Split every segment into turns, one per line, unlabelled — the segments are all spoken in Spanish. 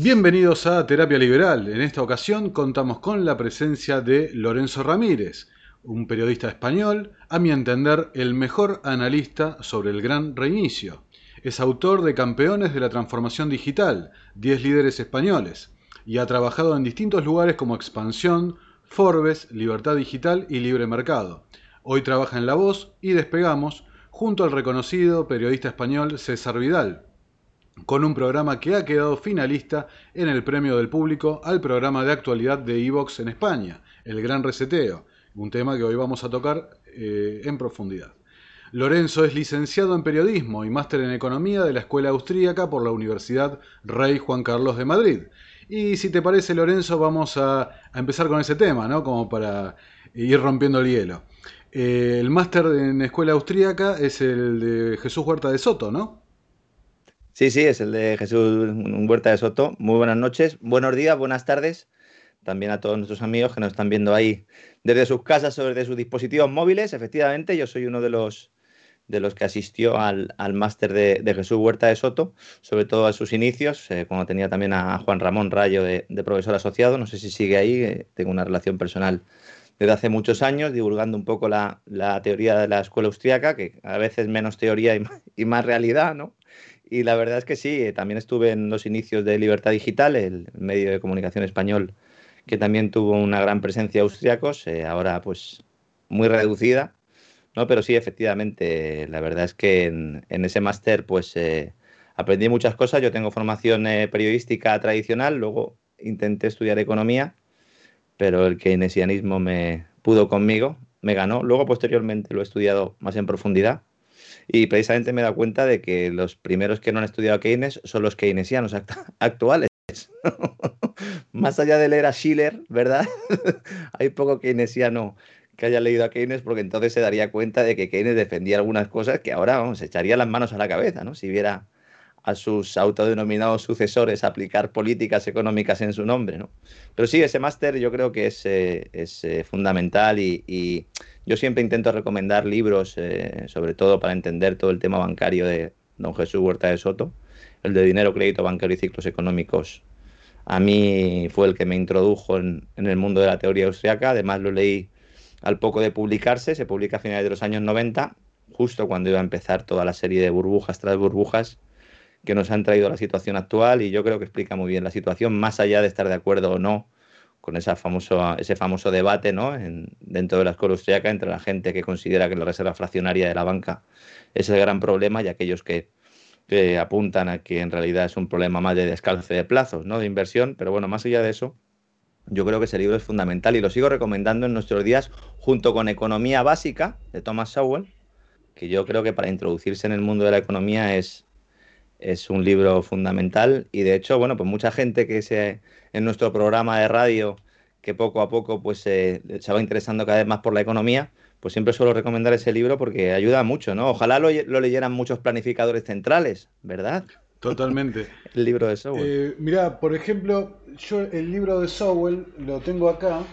Bienvenidos a Terapia Liberal. En esta ocasión contamos con la presencia de Lorenzo Ramírez, un periodista español, a mi entender el mejor analista sobre el gran reinicio. Es autor de Campeones de la Transformación Digital, 10 líderes españoles, y ha trabajado en distintos lugares como Expansión, Forbes, Libertad Digital y Libre Mercado. Hoy trabaja en La Voz y Despegamos junto al reconocido periodista español César Vidal, con un programa que ha quedado finalista en el premio del público al programa de actualidad de iVox en España, El Gran Reseteo, un tema que hoy vamos a tocar en profundidad. Lorenzo es licenciado en periodismo y máster en economía de la Escuela Austríaca por la Universidad Rey Juan Carlos de Madrid. Y si te parece, Lorenzo, vamos a empezar con ese tema, ¿no? Como para ir rompiendo el hielo. El máster en Escuela Austríaca es el de Jesús Huerta de Soto, ¿no?
Sí, sí, es el de Jesús Huerta de Soto. Muy buenas noches, buenos días, buenas tardes. También a todos nuestros amigos que nos están viendo ahí desde sus casas o desde sus dispositivos móviles. Efectivamente, yo soy uno de los que asistió al máster de Jesús Huerta de Soto, sobre todo a sus inicios, cuando tenía también a Juan Ramón Rayo de profesor asociado. No sé si sigue ahí, tengo una relación personal desde hace muchos años, divulgando un poco la teoría de la escuela austríaca, que a veces menos teoría y más realidad, ¿no? Y la verdad es que sí, también estuve en los inicios de Libertad Digital, el medio de comunicación español que también tuvo una gran presencia austríacos, ahora pues muy reducida, ¿no? Pero sí, efectivamente, la verdad es que en ese máster pues aprendí muchas cosas. Yo tengo formación periodística tradicional, luego intenté estudiar economía, pero el keynesianismo me pudo conmigo, me ganó. Luego posteriormente lo he estudiado más en profundidad. Y precisamente me he dado cuenta de que los primeros que no han estudiado Keynes son los keynesianos actuales. Más allá de leer a Schiller, ¿verdad? Hay poco keynesiano que haya leído a Keynes, porque entonces se daría cuenta de que Keynes defendía algunas cosas que ahora, vamos, se echaría las manos a la cabeza, ¿no? Si viera a sus autodenominados sucesores aplicar políticas económicas en su nombre, ¿no? Pero sí, ese máster yo creo que es fundamental y yo siempre intento recomendar libros, sobre todo para entender todo el tema bancario de don Jesús Huerta de Soto. El de Dinero, Crédito Bancario y Ciclos Económicos a mí fue el que me introdujo en el mundo de la teoría austriaca. Además lo leí al poco de publicarse, se publica a finales de los años 90, justo cuando iba a empezar toda la serie de burbujas tras burbujas que nos han traído a la situación actual, y yo creo que explica muy bien la situación, más allá de estar de acuerdo o no con ese famoso debate, ¿no? Dentro de la escuela austríaca entre la gente que considera que la reserva fraccionaria de la banca es el gran problema y aquellos que apuntan a que en realidad es un problema más de descalce de plazos, ¿no? De inversión. Pero bueno, más allá de eso, yo creo que ese libro es fundamental y lo sigo recomendando en nuestros días junto con Economía Básica de Thomas Sowell, que yo creo que para introducirse en el mundo de la economía es un libro fundamental. Y de hecho, bueno, pues mucha gente en nuestro programa de radio, que poco a poco pues se va interesando cada vez más por la economía, pues siempre suelo recomendar ese libro porque ayuda mucho, ¿no? Ojalá lo leyeran muchos planificadores centrales, ¿verdad?
Totalmente.
El libro de Sowell.
Mirá, por ejemplo, yo el libro de Sowell lo tengo acá,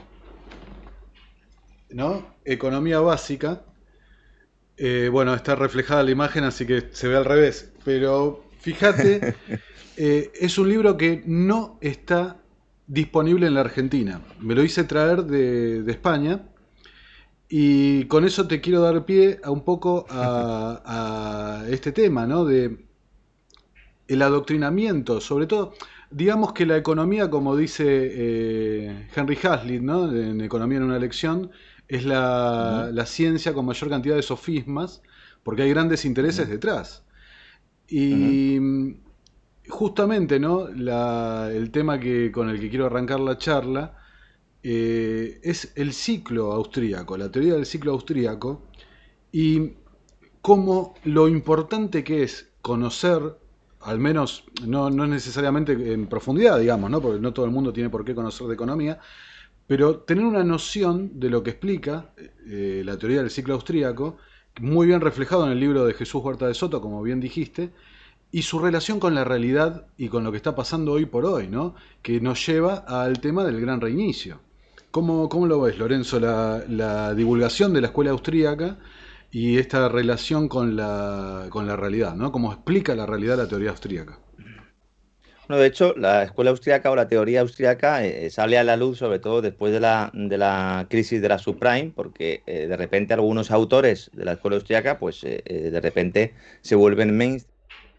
¿no? Economía básica. Bueno, está reflejada la imagen, así que se ve al revés. Pero fíjate, es un libro que no está disponible en la Argentina. Me lo hice traer de España. Y con eso te quiero dar pie a un poco a este tema, ¿no? De el adoctrinamiento, sobre todo, digamos que la economía, como dice Henry Hazlitt, ¿no? En Economía en una lección, es
Ujú,
la ciencia con mayor cantidad de sofismas, porque hay grandes intereses
ujú,
detrás.
ujú,
Y justamente, ¿no? El tema con el que quiero arrancar la charla es el ciclo austríaco, la teoría del ciclo austríaco, y cómo lo importante que es conocer, al menos no necesariamente en profundidad, digamos, ¿no? Porque no todo el mundo tiene por qué conocer de economía, pero tener una noción de lo que explica la teoría del ciclo austríaco, muy bien reflejado en el libro de Jesús Huerta de Soto, como bien dijiste, y su relación con la realidad y con lo que está pasando hoy por hoy, ¿no? Que nos lleva al tema del gran reinicio. ¿Cómo lo ves, Lorenzo, la divulgación de la escuela austríaca y esta relación con la realidad, ¿no? ¿Cómo explica la realidad la teoría austríaca?
Bueno, de hecho, la escuela austríaca o la teoría austríaca sale a la luz sobre todo después de la crisis de la subprime, porque de repente algunos autores de la escuela austríaca, pues de repente se vuelven mainstream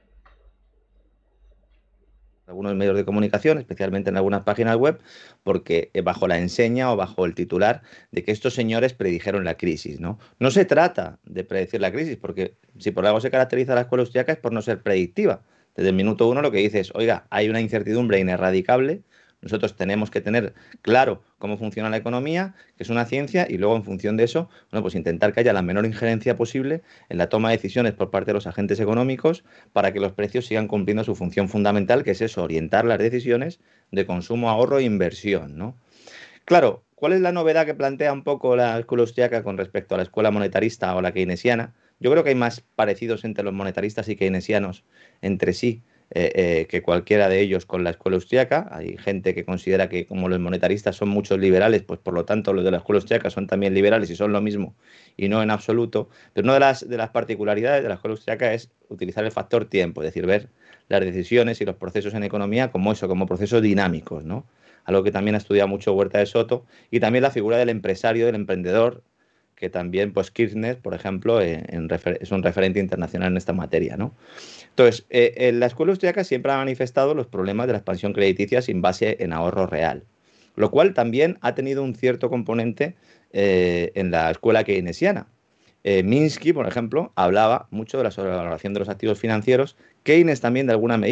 en algunos medios de comunicación, especialmente en algunas páginas web, porque bajo la enseña o bajo el titular de que estos señores predijeron la crisis, ¿no? No se trata de predecir la crisis, porque si por algo se caracteriza la escuela austríaca es por no ser predictiva. Desde el minuto uno lo que dice es, oiga, hay una incertidumbre ineradicable, nosotros tenemos que tener claro cómo funciona la economía, que es una ciencia, y luego en función de eso, bueno, pues intentar que haya la menor injerencia posible en la toma de decisiones por parte de los agentes económicos para que los precios sigan cumpliendo su función fundamental, que es eso, orientar las decisiones de consumo, ahorro e inversión, ¿no? Claro, ¿cuál es la novedad que plantea un poco la escuela austriaca con respecto a la escuela monetarista o la keynesiana? Yo creo que hay más parecidos entre los monetaristas y keynesianos entre sí que cualquiera de ellos con la escuela austriaca. Hay gente que considera que como los monetaristas son muchos liberales, pues por lo tanto los de la escuela austriaca son también liberales y son lo mismo y no en absoluto. Pero una de las particularidades de la escuela austriaca es utilizar el factor tiempo, es decir, ver las decisiones y los procesos en economía como eso, como procesos dinámicos, ¿no? Algo que también ha estudiado mucho Huerta de Soto, y también la figura del empresario, del emprendedor, que también, pues Kirchner, por ejemplo, es un referente internacional en esta materia, ¿no? Entonces, la escuela austríaca siempre ha manifestado los problemas de la expansión crediticia sin base en ahorro real, lo cual también ha tenido un cierto componente en la escuela keynesiana. Minsky, por ejemplo, hablaba mucho de la sobrevaloración de los activos financieros. Keynes también,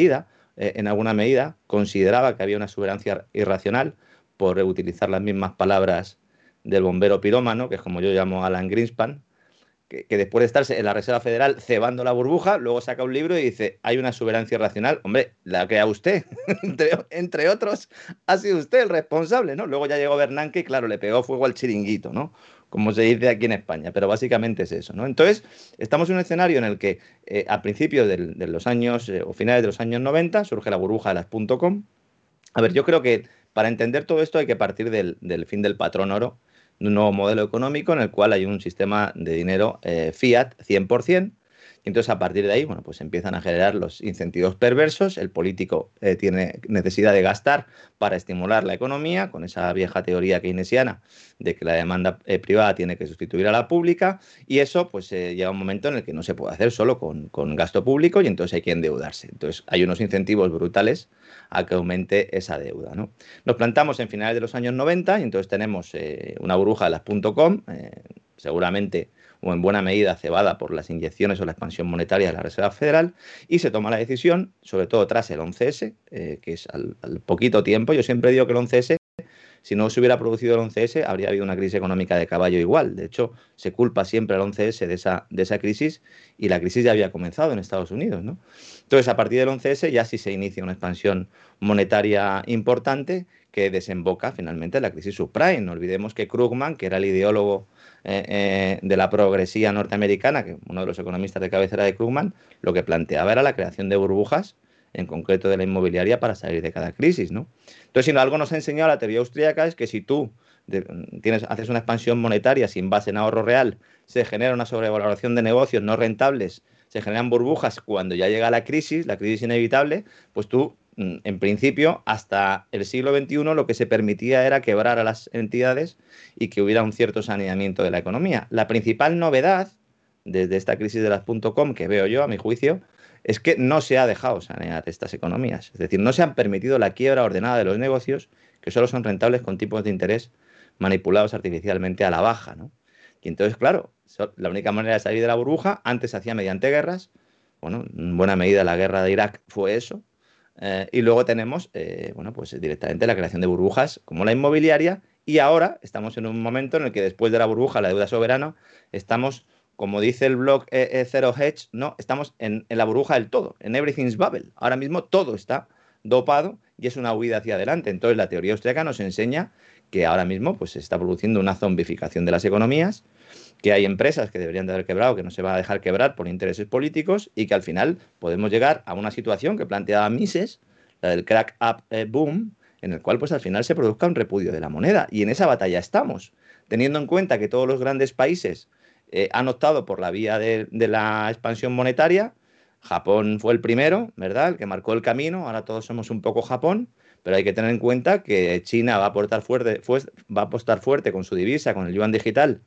en alguna medida, consideraba que había una exuberancia irracional, por utilizar las mismas palabras del bombero pirómano, que es como yo llamo a Alan Greenspan, que después de estarse en la Reserva Federal cebando la burbuja, luego saca un libro y dice, hay una exuberancia irracional. Hombre, la crea usted, entre otros, ha sido usted el responsable, ¿no? Luego ya llegó Bernanke y claro, le pegó fuego al chiringuito, ¿no? Como se dice aquí en España, pero básicamente es eso, ¿no? Entonces, estamos en un escenario en el que a principios de los años o finales de los años 90 surge la burbuja de las .com. A ver, yo creo que para entender todo esto hay que partir del fin del patrón oro, de un nuevo modelo económico en el cual hay un sistema de dinero fiat 100%. Y entonces a partir de ahí, bueno, pues empiezan a generar los incentivos perversos. El político tiene necesidad de gastar para estimular la economía, con esa vieja teoría keynesiana de que la demanda privada tiene que sustituir a la pública. Y eso, pues llega un momento en el que no se puede hacer solo con gasto público y entonces hay que endeudarse. Entonces hay unos incentivos brutales a que aumente esa deuda, ¿no? Nos plantamos en finales de los años 90 y entonces tenemos una burbuja de las .com, seguramente o en buena medida cebada por las inyecciones o la expansión monetaria de la Reserva Federal, y se toma la decisión, sobre todo tras el 11S, que es al poquito tiempo. Yo siempre digo que el 11S, si no se hubiera producido el 11S, habría habido una crisis económica de caballo igual. De hecho, se culpa siempre al 11S de esa crisis, y la crisis ya había comenzado en Estados Unidos, ¿no? Entonces, a partir del 11S ya sí se inicia una expansión monetaria importante que desemboca finalmente en la crisis subprime. No olvidemos que Krugman, que era el ideólogo de la progresía norteamericana, que uno de los economistas de cabecera de Krugman, lo que planteaba era la creación de burbujas, en concreto de la inmobiliaria, para salir de cada crisis, ¿no? Entonces, si algo nos ha enseñado la teoría austríaca es que si tú haces una expansión monetaria sin base en ahorro real, se genera una sobrevaloración de negocios no rentables, se generan burbujas cuando ya llega la crisis inevitable, pues tú, en principio, hasta el siglo XXI lo que se permitía era quebrar a las entidades y que hubiera un cierto saneamiento de la economía. La principal novedad desde esta crisis de las .com que veo yo, a mi juicio, es que no se ha dejado sanear estas economías. Es decir, no se han permitido la quiebra ordenada de los negocios, que solo son rentables con tipos de interés manipulados artificialmente a la baja, ¿no? Y entonces, claro, la única manera de salir de la burbuja antes se hacía mediante guerras. Bueno, en buena medida la guerra de Irak fue eso. Y luego tenemos, bueno, pues directamente la creación de burbujas como la inmobiliaria. Y ahora estamos en un momento en el que después de la burbuja, la deuda soberana, estamos, como dice el blog Zero Hedge, ¿no? Estamos en la burbuja del todo, en everything's bubble. Ahora mismo todo está dopado y es una huida hacia adelante. Entonces la teoría austríaca nos enseña que ahora mismo pues, se está produciendo una zombificación de las economías, que hay empresas que deberían de haber quebrado, que no se van a dejar quebrar por intereses políticos, y que al final podemos llegar a una situación que planteaba Mises, la del crack up boom, en el cual pues al final se produzca un repudio de la moneda. Y en esa batalla estamos, teniendo en cuenta que todos los grandes países han optado por la vía de la expansión monetaria. Japón fue el primero, ¿verdad? El que marcó el camino. Ahora todos somos un poco Japón, pero hay que tener en cuenta que China va a aportar fuerte, va a apostar fuerte con su divisa, con el yuan digital.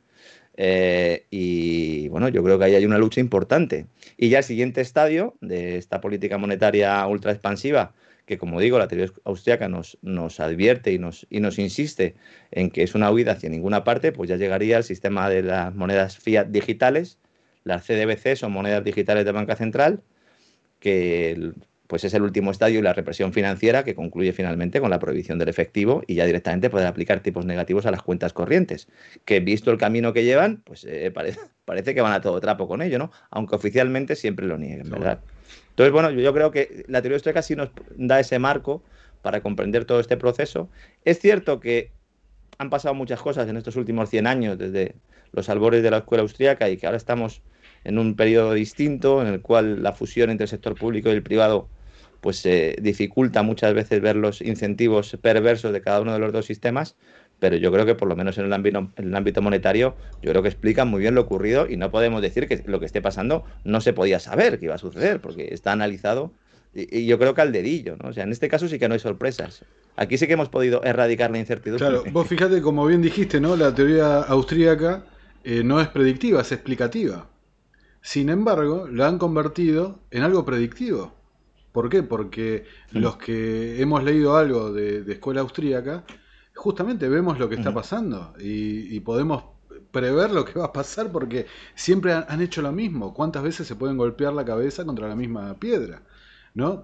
Y bueno, yo creo que ahí hay una lucha importante. Y ya el siguiente estadio de esta política monetaria ultra expansiva, que como digo, la teoría austriaca nos advierte y nos insiste en que es una huida hacia ninguna parte, pues ya llegaría el sistema de las monedas fiat digitales, las CDBC son monedas digitales de banca central, que pues es el último estadio y la represión financiera que concluye finalmente con la prohibición del efectivo y ya directamente poder aplicar tipos negativos a las cuentas corrientes, que visto el camino que llevan, pues parece que van a todo trapo con ello, ¿no? Aunque oficialmente siempre lo nieguen,
Seguro.
¿verdad? Entonces, bueno, yo creo que la teoría austríaca sí nos da ese marco para comprender todo este proceso. Es cierto que han pasado muchas cosas en estos últimos 100 años, desde los albores de la escuela austríaca, y que ahora estamos en un periodo distinto en el cual la fusión entre el sector público y el privado pues dificulta muchas veces ver los incentivos perversos de cada uno de los dos sistemas, pero yo creo que por lo menos en el ámbito monetario, yo creo que explican muy bien lo ocurrido y no podemos decir que lo que esté pasando no se podía saber que iba a suceder, porque está analizado y yo creo que al dedillo, ¿no? O sea, en este caso sí que no hay sorpresas. Aquí sí que hemos podido erradicar la
Claro,
incertidumbre.
vos fíjate, como bien dijiste, ¿no? La teoría austríaca no es predictiva, es explicativa. Sin embargo, la han convertido en algo predictivo. ¿Por qué? Porque los que hemos leído algo de escuela austríaca, justamente vemos lo que está pasando y podemos prever lo que va a pasar porque siempre han hecho lo mismo. ¿Cuántas veces se pueden golpear la cabeza contra la misma piedra? ¿No?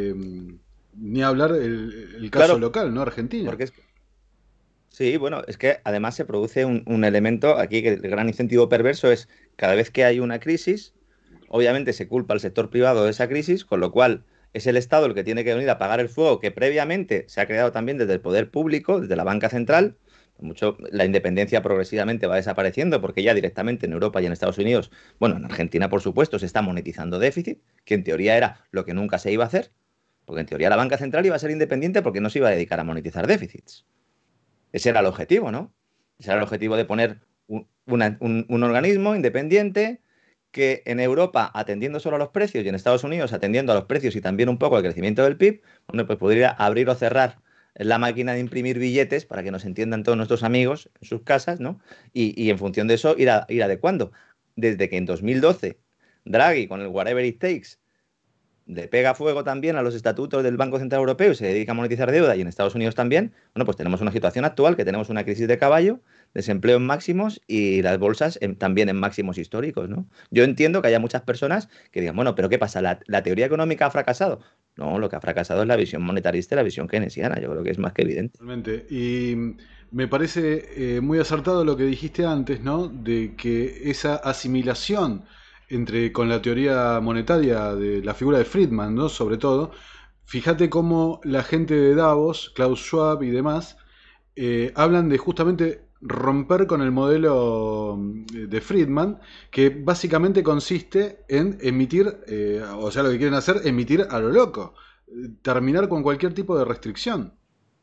Ni hablar el caso
Claro,
local, ¿no? Argentina.
porque es que, sí, bueno, es que además se produce un elemento aquí que el gran incentivo perverso es cada vez que hay una crisis, obviamente se culpa al sector privado de esa crisis, con lo cual es el Estado el que tiene que venir a apagar el fuego que previamente se ha creado también desde el poder público, desde la banca central. Mucho, la independencia progresivamente va desapareciendo porque ya directamente en Europa y en Estados Unidos, bueno, en Argentina por supuesto, se está monetizando déficit, que en teoría era lo que nunca se iba a hacer, porque en teoría la banca central iba a ser independiente porque no se iba a dedicar a monetizar déficits. Ese era el objetivo, ¿no? Ese era el objetivo de poner un organismo independiente que en Europa, atendiendo solo a los precios, y en Estados Unidos, atendiendo a los precios y también un poco al crecimiento del PIB, bueno, pues podría abrir o cerrar la máquina de imprimir billetes para que nos entiendan todos nuestros amigos en sus casas, ¿no? Y en función de eso ir adecuando. Desde que en 2012 Draghi, con el Whatever It Takes, le pega fuego también a los estatutos del Banco Central Europeo y se dedica a monetizar deuda, y en Estados Unidos también, bueno, pues tenemos una situación actual que tenemos una crisis de caballo, desempleo en máximos y las bolsas también en máximos históricos, ¿no? Yo entiendo que haya muchas personas que digan, bueno, pero ¿qué pasa? ¿La teoría económica ha fracasado? No, lo que ha fracasado es la visión monetarista y la visión keynesiana, yo creo que es más que evidente.
Realmente. Y me parece muy acertado lo que dijiste antes, ¿no? De que esa asimilación entre con la teoría monetaria de la figura de Friedman, ¿no? Sobre todo, fíjate cómo la gente de Davos, Klaus Schwab y demás, hablan de justamente romper con el modelo de Friedman, que básicamente consiste en emitir, o sea, lo que quieren hacer, emitir a lo loco, terminar con cualquier tipo de restricción.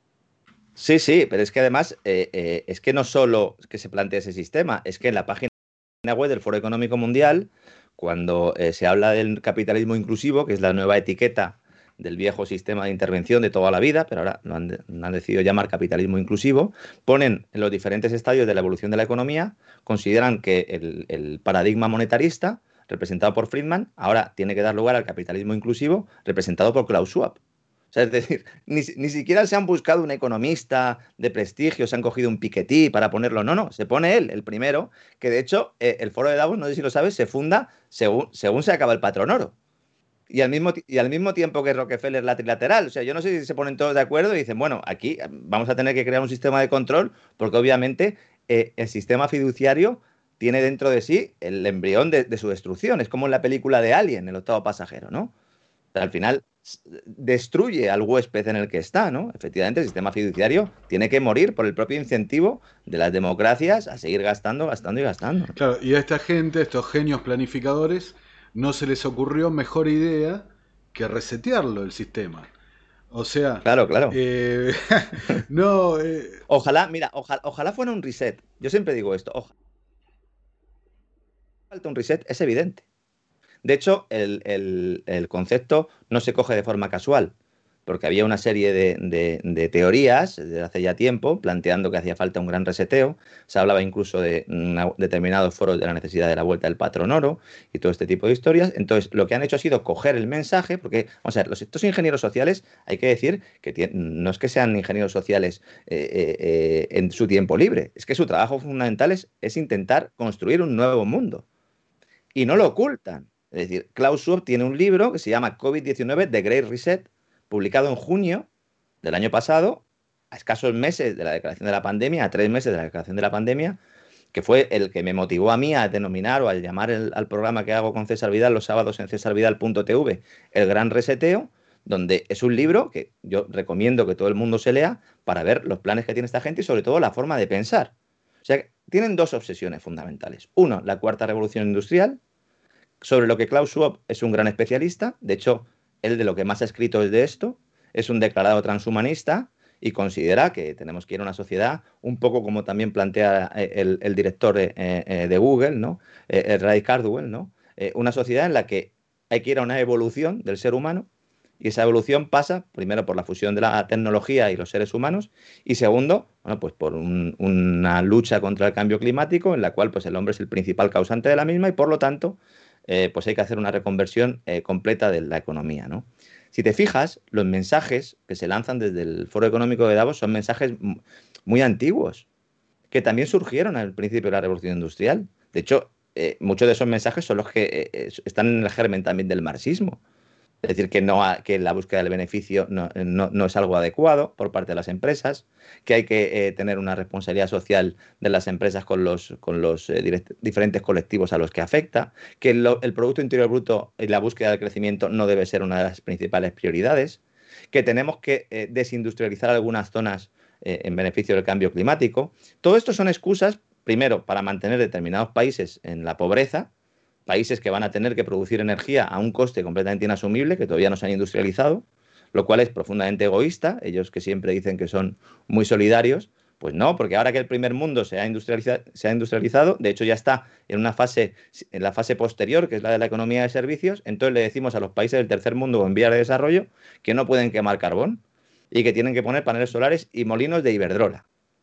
Sí, sí, pero es que además es que no solo es que se plantea ese sistema, es que en la página web del Foro Económico Mundial, cuando se habla del capitalismo inclusivo, que es la nueva etiqueta del viejo sistema de intervención de toda la vida, pero ahora lo han decidido llamar capitalismo inclusivo, ponen en los diferentes estadios de la evolución de la economía, consideran que el paradigma monetarista, representado por Friedman, ahora tiene que dar lugar al capitalismo inclusivo, representado por Klaus Schwab. O sea, es decir, ni siquiera se han buscado un economista de prestigio, se han cogido un Piketty para ponerlo. No, no, se pone él, el primero, que de hecho el foro de Davos, no sé si lo sabes, se funda según se acaba el patrón oro. Y al mismo tiempo que Rockefeller la trilateral. O sea, yo no sé si se ponen todos de acuerdo y dicen, bueno, aquí vamos a tener que crear un sistema de control porque obviamente el sistema fiduciario tiene dentro de sí el embrión de su destrucción. Es como en la película de Alien, el octavo pasajero, ¿no? Sea, al final destruye al huésped en el que está, ¿no? Efectivamente, el sistema fiduciario tiene que morir por el propio incentivo de las democracias a seguir gastando, gastando y gastando.
Claro, y a esta gente, a estos genios planificadores, no se les ocurrió mejor idea que resetearlo el sistema. O sea,
Claro, claro.
eh, no,
Ojalá, mira, ojalá fuera un reset. Yo siempre digo esto, ojalá falta un reset, es evidente. De hecho, el concepto no se coge de forma casual, porque había una serie de teorías desde hace ya tiempo planteando que hacía falta un gran reseteo. Se hablaba incluso de determinados foros de la necesidad de la vuelta del patrón oro y todo este tipo de historias. Entonces, lo que han hecho ha sido coger el mensaje, porque, vamos a ver, estos ingenieros sociales, hay que decir que no es que sean ingenieros sociales en su tiempo libre, es que su trabajo fundamental es intentar construir un nuevo mundo. Y no lo ocultan. Es decir, Klaus Schwab tiene un libro que se llama COVID-19, The Great Reset, publicado en junio del año pasado, a escasos meses de la declaración de la pandemia, a 3 meses de la declaración de la pandemia, que fue el que me motivó a mí a denominar o a llamar al programa que hago con César Vidal los sábados en cesarvidal.tv, El Gran Reseteo, donde es un libro que yo recomiendo que todo el mundo se lea para ver los planes que tiene esta gente y sobre todo la forma de pensar. O sea, tienen dos obsesiones fundamentales. Uno, la cuarta revolución industrial, sobre lo que Klaus Schwab es un gran especialista. De hecho, él de lo que más ha escrito es de esto. Es un declarado transhumanista y considera que tenemos que ir a una sociedad un poco como también plantea el director de Google, ¿no? Ray Kurzweil, ¿no? Una sociedad en la que hay que ir a una evolución del ser humano y esa evolución pasa primero por la fusión de la tecnología y los seres humanos y segundo, bueno, pues por una lucha contra el cambio climático en la cual pues el hombre es el principal causante de la misma y por lo tanto pues hay que hacer una reconversión completa de la economía, ¿no? Si te fijas, los mensajes que se lanzan desde el Foro Económico de Davos son mensajes muy antiguos, que también surgieron al principio de la Revolución Industrial. De hecho, muchos de esos mensajes son los que están en el germen también del marxismo. Es decir, que la búsqueda del beneficio no es algo adecuado por parte de las empresas, que hay que tener una responsabilidad social de las empresas con los diferentes colectivos a los que afecta, que el Producto Interior Bruto y la búsqueda del crecimiento no debe ser una de las principales prioridades, que tenemos que desindustrializar algunas zonas en beneficio del cambio climático. Todo esto son excusas, primero, para mantener determinados países en la pobreza, países que van a tener que producir energía a un coste completamente inasumible, que todavía no se han industrializado, lo cual es profundamente egoísta. Ellos que siempre dicen que son muy solidarios, pues no, porque ahora que el primer mundo se ha industrializado, de hecho ya está en la fase posterior, que es la de la economía de servicios, entonces le decimos a los países del tercer mundo o en vías de desarrollo que no pueden quemar carbón y que tienen que poner paneles solares y molinos de Iberdrola.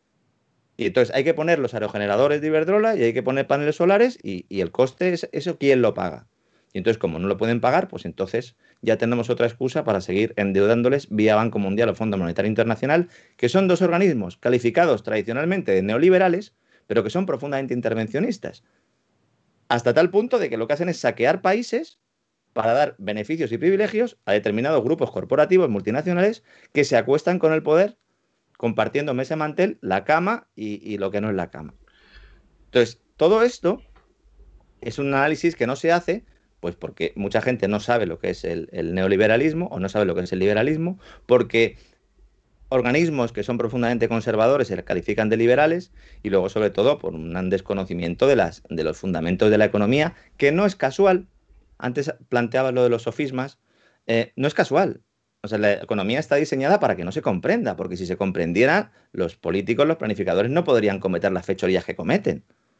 Y entonces hay que poner los aerogeneradores de Iberdrola y hay que poner paneles solares y el coste, eso ¿quién lo paga? Y entonces como no lo pueden pagar, pues entonces ya tenemos otra excusa para seguir endeudándoles vía Banco Mundial o Fondo Monetario Internacional, que son dos organismos calificados tradicionalmente de neoliberales, pero que son profundamente intervencionistas. Hasta tal punto de que lo que hacen es saquear países para dar beneficios y privilegios a determinados grupos corporativos multinacionales que se acuestan con el poder compartiendo mesa mantel, la cama y lo que no es la cama. Entonces, todo esto es un análisis que no se hace, pues porque mucha gente no sabe lo que es el neoliberalismo o no sabe lo que es el liberalismo, porque organismos que son profundamente conservadores se les califican de liberales y luego, sobre todo, por un desconocimiento de los fundamentos de la economía, que no es casual. Antes planteabas lo de los sofismas, no es casual. O sea, la economía está diseñada para que no se comprenda, porque si se comprendiera, los políticos, los planificadores no podrían cometer las fechorías que cometen.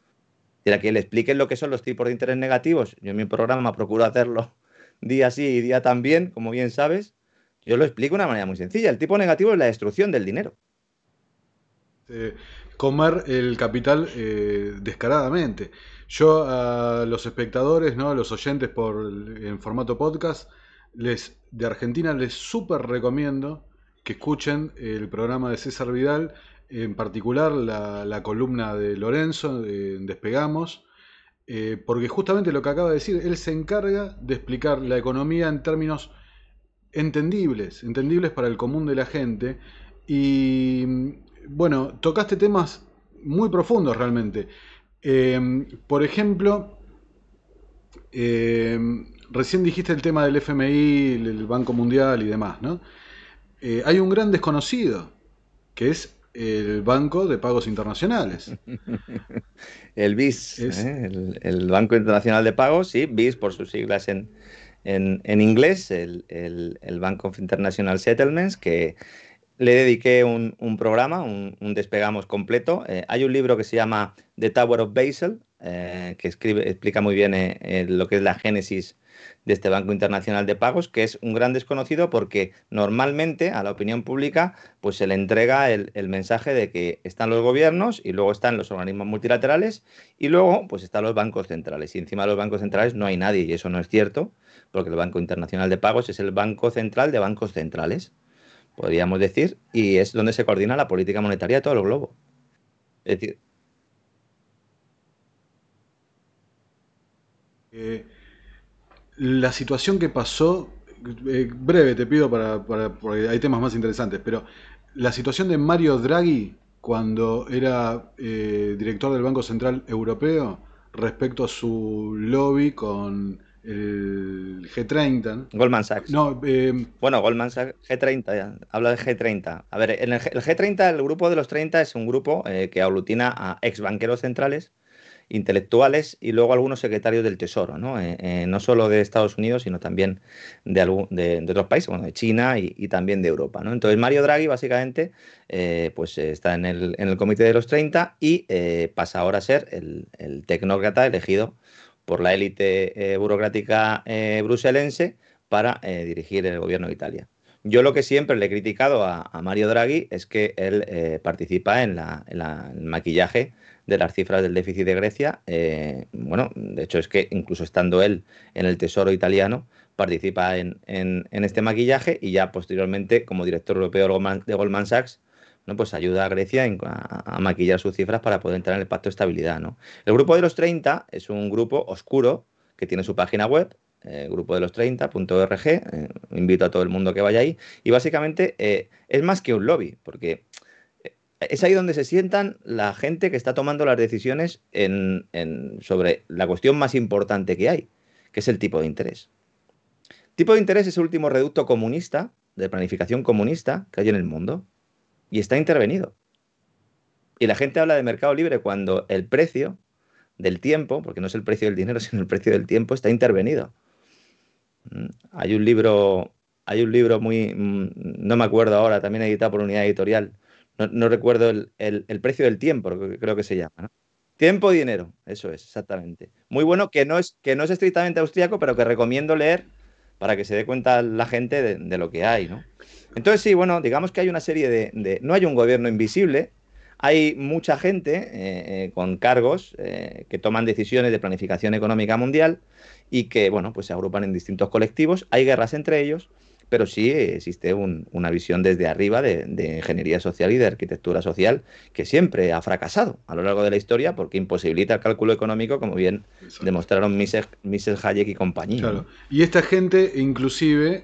Y a que le expliquen lo que son los tipos de interés negativos, yo en mi programa procuro hacerlo día sí y día también, como bien sabes, yo lo explico de una manera muy sencilla. El tipo negativo es la destrucción del dinero.
Eh, Comer el capital descaradamente. Yo a los espectadores, ¿no? A los oyentes en formato podcast, de Argentina les súper recomiendo que escuchen el programa de César Vidal, en particular la columna de Lorenzo, en Despegamos, porque justamente lo que acaba de decir, él se encarga de explicar la economía en términos entendibles para el común de la gente. Y bueno, tocaste temas muy profundos realmente. Por ejemplo, eh, recién dijiste el tema del FMI, el Banco Mundial y demás, ¿no? Hay un gran desconocido, que es el Banco de Pagos Internacionales.
El BIS,
Es,
el Banco Internacional de Pagos, sí, BIS por sus siglas en inglés, el Bank of International Settlements, que le dediqué un programa, un despegamos completo. Hay un libro que se llama The Tower of Basel, que explica muy bien lo que es la génesis de este Banco Internacional de Pagos, que es un gran desconocido porque normalmente a la opinión pública pues se le entrega el mensaje de que están los gobiernos y luego están los organismos multilaterales y luego pues están los bancos centrales. Y encima de los bancos centrales no hay nadie y eso no es cierto, porque el Banco Internacional de Pagos es el banco central de bancos centrales, podríamos decir, y es donde se coordina la política monetaria de todo el globo. Es decir,
Eh, la situación que pasó, breve te pido porque hay temas más interesantes, pero la situación de Mario Draghi cuando era director del Banco Central Europeo respecto a su lobby con el G30.
Goldman Sachs.
No,
Bueno, Goldman Sachs, G30, habla de G30. A ver, el G30, el grupo de los 30 es un grupo que aglutina a ex banqueros centrales, intelectuales y luego algunos secretarios del Tesoro, ¿no? No solo de Estados Unidos, sino también de otros países, bueno, de China y también de Europa, ¿no? Entonces, Mario Draghi, básicamente, pues está en el comité de los 30 y pasa ahora a ser el tecnócrata elegido por la élite burocrática bruselense para dirigir el gobierno de Italia. Yo lo que siempre le he criticado a Mario Draghi es que él participa en el maquillaje de las cifras del déficit de Grecia. Bueno, de hecho es que incluso estando él en el Tesoro italiano, participa en este maquillaje y ya posteriormente, como director europeo de Goldman Sachs, ¿no? Pues ayuda a Grecia a maquillar sus cifras para poder entrar en el pacto de estabilidad, ¿no? El grupo de los 30 es un grupo oscuro que tiene su página web, grupo de los 30.org, invito a todo el mundo que vaya ahí, y básicamente es más que un lobby, porque es ahí donde se sientan la gente que está tomando las decisiones sobre la cuestión más importante que hay, que es el tipo de interés. Tipo de interés es el último reducto comunista, de planificación comunista que hay en el mundo, y está intervenido. Y la gente habla de mercado libre cuando el precio del tiempo, porque no es el precio del dinero, sino el precio del tiempo, está intervenido. Hay un libro, no me acuerdo ahora, también editado por Unidad Editorial, no recuerdo el precio del tiempo, creo que se llama, ¿no? Tiempo y dinero, eso es, exactamente. Muy bueno, que no es estrictamente austríaco, pero que recomiendo leer para que se dé cuenta la gente de lo que hay, ¿no? Entonces, sí, bueno, digamos que hay una serie no hay un gobierno invisible, hay mucha gente con cargos que toman decisiones de planificación económica mundial y que, bueno, pues se agrupan en distintos colectivos. Hay guerras entre ellos, pero sí existe una visión desde arriba de ingeniería social y de arquitectura social que siempre ha fracasado a lo largo de la historia porque imposibilita el cálculo económico, como bien
exacto.
demostraron Mises, Hayek y compañía,
Claro.
¿no?
Y esta gente inclusive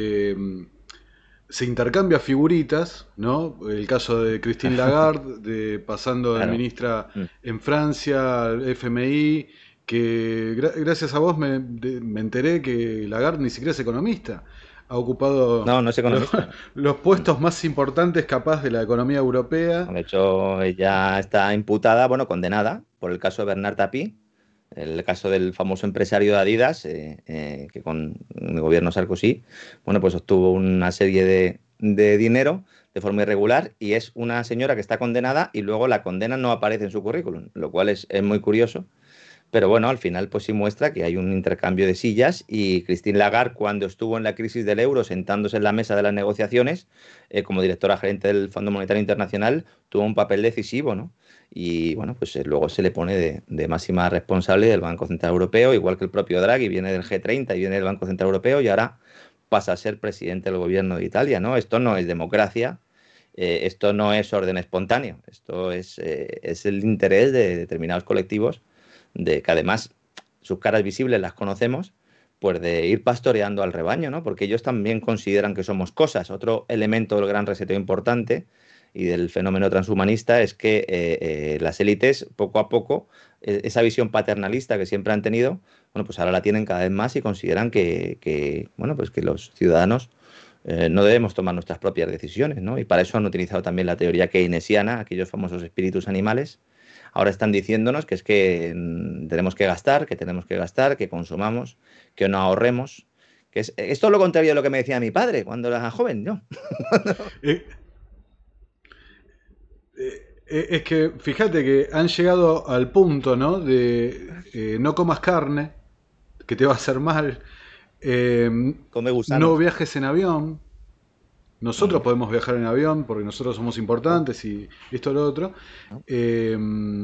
se intercambia figuritas, ¿no? El caso de Christine Lagarde, pasando de
Claro.
ministra
Mm.
en Francia, al FMI, que gracias a vos me enteré que Lagarde ni siquiera es economista. Ha ocupado
No, no es economista.
los
Mm.
puestos más importantes capaz de la economía europea.
De hecho, ella está imputada, bueno, condenada por el caso de Bernard Tapie, el caso del famoso empresario de Adidas, que con el gobierno Sarkozy, bueno, pues obtuvo una serie de dinero de forma irregular y es una señora que está condenada y luego la condena no aparece en su currículum, lo cual es muy curioso. Pero bueno, al final pues sí muestra que hay un intercambio de sillas y Christine Lagarde cuando estuvo en la crisis del euro sentándose en la mesa de las negociaciones como directora gerente del Fondo Monetario Internacional tuvo un papel decisivo, ¿no? Y bueno, pues luego se le pone de máxima responsable del Banco Central Europeo, igual que el propio Draghi viene del G30 y viene del Banco Central Europeo y ahora pasa a ser presidente del gobierno de Italia, ¿no? Esto no es democracia. Esto no es orden espontáneo, esto es el interés de determinados colectivos de que además sus caras visibles las conocemos, pues de ir pastoreando al rebaño, ¿no? Porque ellos también consideran que somos cosas. Otro elemento del gran reseteo importante y del fenómeno transhumanista es que las élites, poco a poco, esa visión paternalista que siempre han tenido, bueno, pues ahora la tienen cada vez más y consideran bueno, pues que los ciudadanos no debemos tomar nuestras propias decisiones, ¿no? Y para eso han utilizado también la teoría keynesiana, aquellos famosos espíritus animales. Ahora están diciéndonos que es que tenemos que gastar, que tenemos que gastar, que consumamos, que no ahorremos. Es todo lo contrario de lo que me decía mi padre cuando era joven, ¿no?
Eh, eh, Es que fíjate que han llegado al punto, ¿no? De no comas carne, que te va a hacer mal. eh,
Come
no
gusanos.
viajes en avión. Nosotros
Mm,
podemos viajar en avión porque nosotros somos
¿no?
importantes y esto lo otro.
¿No?
Eh,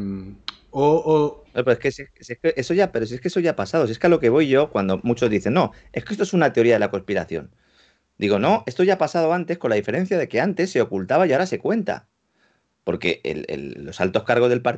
o
No, pero es que, si es que eso ya, pero si es que eso ya ha pasado, si es que a lo que voy yo, cuando muchos dicen, no, es que esto es una teoría de la conspiración. Digo, no, esto ya ha pasado antes, con la diferencia de que antes se ocultaba y ahora se cuenta. Porque los altos cargos del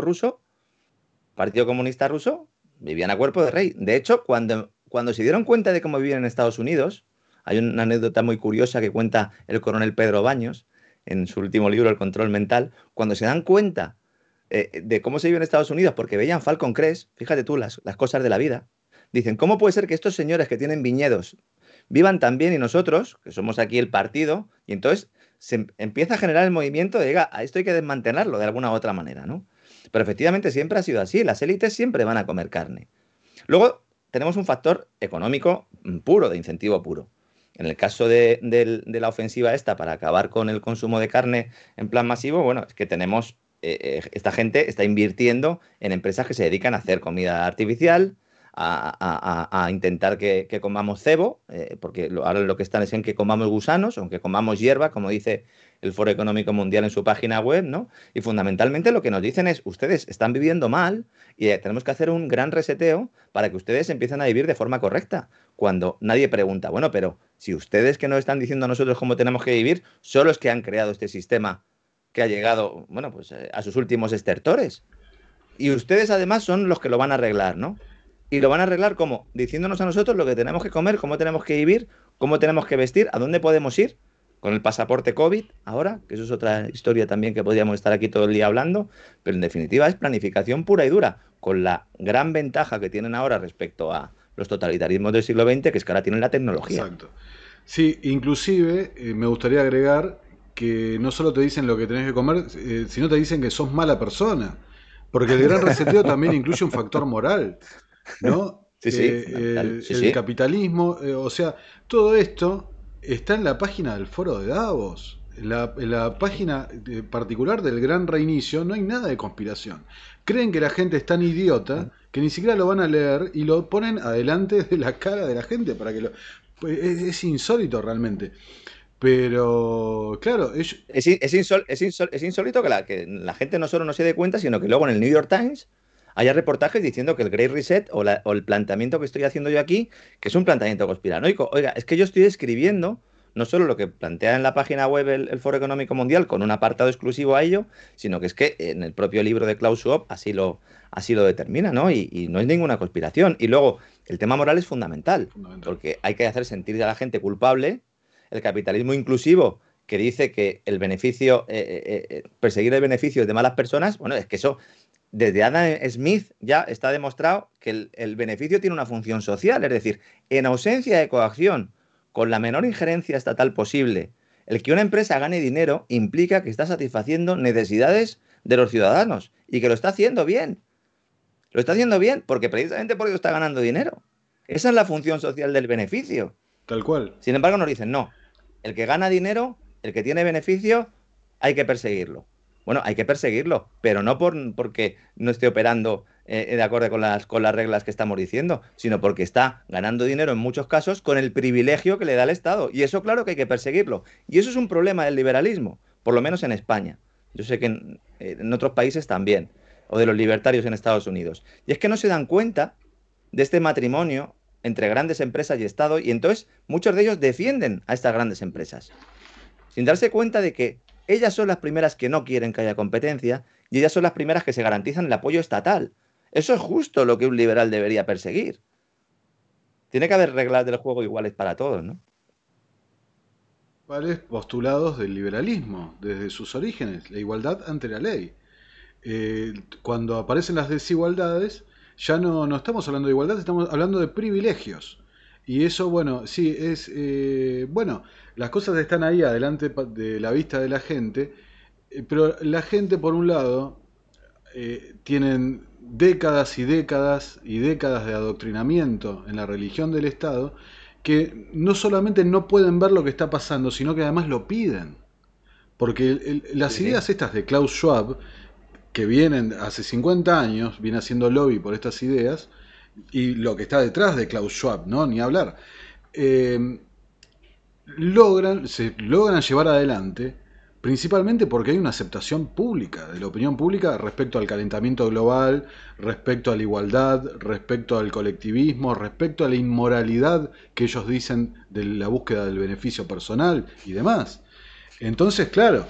Partido Comunista Ruso, vivían a cuerpo de rey. De hecho, cuando se dieron cuenta de cómo vivían en Estados Unidos, hay una anécdota muy curiosa que cuenta el coronel Pedro Baños en su último libro, El control mental, cuando se dan cuenta de cómo se vive en Estados Unidos, porque veían Falcon Crest, fíjate tú las cosas de la vida, dicen, ¿cómo puede ser que estos señores que tienen viñedos vivan tan bien y nosotros, que somos aquí el partido, y entonces empieza a generar el movimiento de, diga, a esto hay que desmantelarlo de alguna u otra manera, ¿no? Pero efectivamente siempre ha sido así, las élites siempre van a comer carne. Luego tenemos un factor económico puro, de incentivo puro. En el caso de la ofensiva esta para acabar con el consumo de carne en plan masivo, bueno, es que tenemos, esta gente está invirtiendo en empresas que se dedican a hacer comida artificial, a intentar que comamos cebo, porque ahora lo que están es en que comamos gusanos o en que comamos hierba, como dice el Foro Económico Mundial en su página web, ¿no? Y fundamentalmente lo que nos dicen es, ustedes están viviendo mal y tenemos que hacer un gran reseteo para que ustedes empiecen a vivir de forma correcta. Cuando nadie pregunta, bueno, pero si ustedes que nos están diciendo a nosotros cómo tenemos que vivir, son los que han creado este sistema que ha llegado, bueno, pues a sus últimos estertores. Y ustedes además son los que lo van a arreglar, ¿no? Y lo van a arreglar como diciéndonos a nosotros lo que tenemos que comer, cómo tenemos que vivir, cómo tenemos que vestir, a dónde podemos ir con el pasaporte COVID ahora, que eso es otra historia también que podríamos estar aquí todo el día hablando, pero en definitiva es planificación pura y dura, con la gran ventaja que tienen ahora respecto a los totalitarismos del siglo XX, que es que ahora tienen la tecnología.
exacto. Sí, inclusive me gustaría agregar que no solo te dicen lo que tenés que comer, sino te dicen que sos mala persona. Porque el gran reseteo también incluye un factor moral, ¿no?
Sí, sí, fundamental. Sí,
El
sí.
capitalismo, o sea, todo esto está en la página del Foro de Davos. En la página particular del Gran Reinicio no hay nada de conspiración. Creen que la gente es tan idiota que ni siquiera lo van a leer y lo ponen adelante de la cara de la gente para que lo... Pues es insólito realmente. Pero, claro, ellos...
Es insólito que la gente no solo no se dé cuenta, sino que luego en el New York Times haya reportajes diciendo que el Great Reset o el planteamiento que estoy haciendo yo aquí, que es un planteamiento conspiranoico. Oiga, es que yo estoy escribiendo no solo lo que plantea en la página web el Foro Económico Mundial con un apartado exclusivo a ello, sino que es que en el propio libro de Klaus Schwab así lo determina, ¿no? Y no es ninguna conspiración. Y luego, el tema moral es fundamental,
Fundamental.
porque hay que hacer sentir a la gente culpable. El capitalismo inclusivo, que dice que el beneficio, perseguir el beneficio de malas personas, bueno, es que eso desde Adam Smith ya está demostrado que el beneficio tiene una función social, es decir, en ausencia de coacción, con la menor injerencia estatal posible, el que una empresa gane dinero implica que está satisfaciendo necesidades de los ciudadanos y que lo está haciendo bien. Lo está haciendo bien porque precisamente porque está ganando dinero. Esa es la función social del beneficio.
Tal cual.
Sin embargo, nos dicen, no, el que gana dinero, el que tiene beneficio, hay que perseguirlo. Bueno, hay que perseguirlo, pero no porque no esté operando de acuerdo con las reglas que estamos diciendo, sino porque está ganando dinero en muchos casos con el privilegio que le da el Estado. Y eso claro que hay que perseguirlo. Y eso es un problema del liberalismo, por lo menos en España. Yo sé que en otros países también, o de los libertarios en Estados Unidos. Y es que no se dan cuenta de este matrimonio entre grandes empresas y Estado, y entonces muchos de ellos defienden a estas grandes empresas, sin darse cuenta de que ellas son las primeras que no quieren que haya competencia y ellas son las primeras que se garantizan el apoyo estatal. Eso es justo lo que un liberal debería perseguir. Tiene que haber reglas del juego iguales para todos, ¿no?
Postulados del liberalismo, desde sus orígenes, la igualdad ante la ley. Cuando aparecen las desigualdades, ya no estamos hablando de igualdad, estamos hablando de privilegios. Y eso, bueno, sí, bueno, las cosas están ahí adelante de la vista de la gente, pero la gente, por un lado, tienen décadas y décadas y décadas de adoctrinamiento en la religión del Estado, que no solamente no pueden ver lo que está pasando, sino que además lo piden. Porque las
Sí, sí.
ideas estas de Klaus Schwab, que vienen hace 50 años, viene haciendo lobby por estas ideas, y lo que está detrás de Klaus Schwab, ¿no? Ni hablar. Eh, se logran llevar adelante principalmente porque hay una aceptación pública, de la opinión pública respecto al calentamiento global, respecto a la igualdad, respecto al colectivismo, respecto a la inmoralidad que ellos dicen de la búsqueda del beneficio personal y demás. Entonces, claro,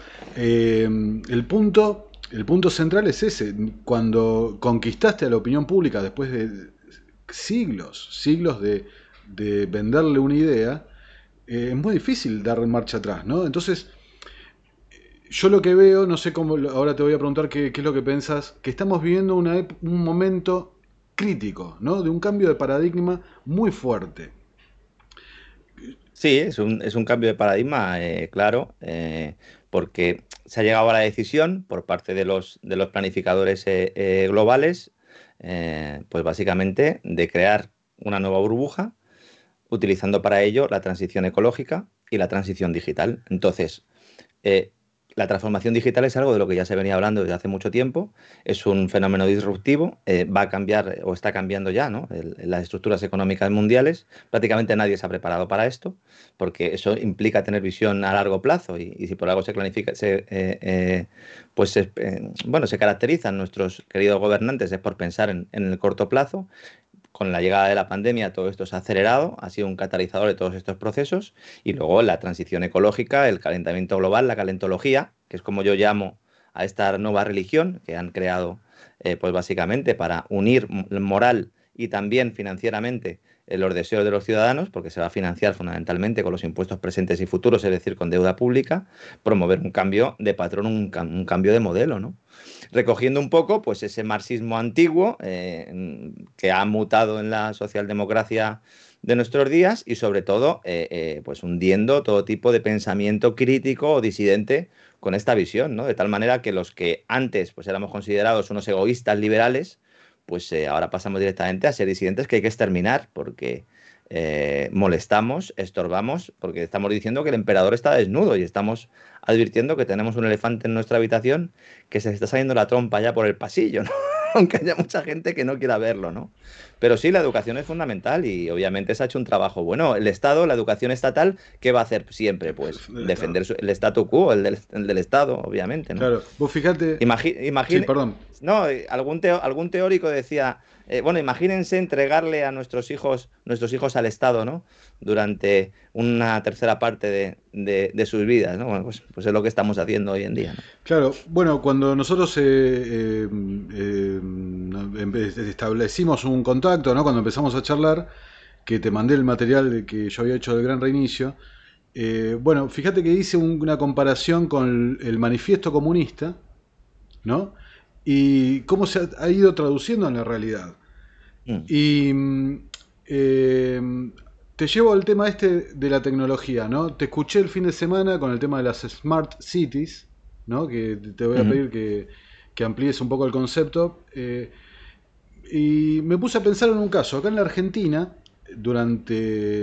el punto central es ese. Cuando conquistaste a la opinión pública después de siglos de venderle una idea, es muy difícil dar marcha atrás, ¿no? Entonces, yo lo que veo, no sé cómo, ahora te voy a preguntar qué es lo que pensás, que estamos viviendo un momento crítico, ¿no? De un cambio de paradigma muy fuerte.
Sí, es un cambio de paradigma, claro, porque se ha llegado a la decisión por parte de los planificadores globales, pues básicamente de crear una nueva burbuja, utilizando para ello la transición ecológica y la transición digital. Entonces, eh, la transformación digital es algo de lo que ya se venía hablando desde hace mucho tiempo, es un fenómeno disruptivo, va a cambiar o está cambiando ya, ¿no? Las estructuras económicas mundiales. Prácticamente nadie se ha preparado para esto, porque eso implica tener visión a largo plazo y si por algo se planifica, bueno, se caracterizan nuestros queridos gobernantes es por pensar en el corto plazo. Con la llegada de la pandemia todo esto se ha acelerado, ha sido un catalizador de todos estos procesos y luego la transición ecológica, el calentamiento global, la calentología, que es como yo llamo a esta nueva religión que han creado pues básicamente para unir moral y también financieramente los deseos de los ciudadanos, porque se va a financiar fundamentalmente con los impuestos presentes y futuros, es decir, con deuda pública, promover un cambio de patrón, un cambio de modelo, ¿no? Recogiendo un poco pues ese marxismo antiguo que ha mutado en la socialdemocracia de nuestros días y sobre todo pues hundiendo todo tipo de pensamiento crítico o disidente con esta visión, ¿no? De tal manera que los que antes pues éramos considerados unos egoístas liberales, pues ahora pasamos directamente a ser disidentes que hay que exterminar porque molestamos, estorbamos, porque estamos diciendo que el emperador está desnudo y estamos advirtiendo que tenemos un elefante en nuestra habitación que se está saliendo la trompa ya por el pasillo, ¿no? Aunque haya mucha gente que no quiera verlo, ¿no? Pero sí, la educación es fundamental y obviamente se ha hecho un trabajo bueno. El Estado, la educación estatal, ¿qué va a hacer siempre? Pues
Del Estado.
defender el statu quo, el del Estado, obviamente, ¿no?
Claro, vos fijate. Sí,
Imagine,
perdón.
no, algún teórico decía, bueno, imagínense entregarle a nuestros hijos al Estado, ¿no? Durante una tercera parte de sus vidas, ¿no? Bueno, pues es lo que estamos haciendo hoy en día, ¿no?
Claro, bueno, cuando nosotros establecimos un contacto, ¿no? Cuando empezamos a charlar, que te mandé el material que yo había hecho del Gran Reinicio, bueno, fíjate que hice una comparación con el manifiesto comunista, ¿no? Y cómo ha ido traduciendo en la realidad.
Mm,
Y te llevo al tema este de la tecnología, ¿no? Te escuché el fin de semana con el tema de las Smart Cities, ¿no? Que te voy a
ujú.
pedir que amplíes un poco el concepto. Y me puse a pensar en un caso. Acá en la Argentina, durante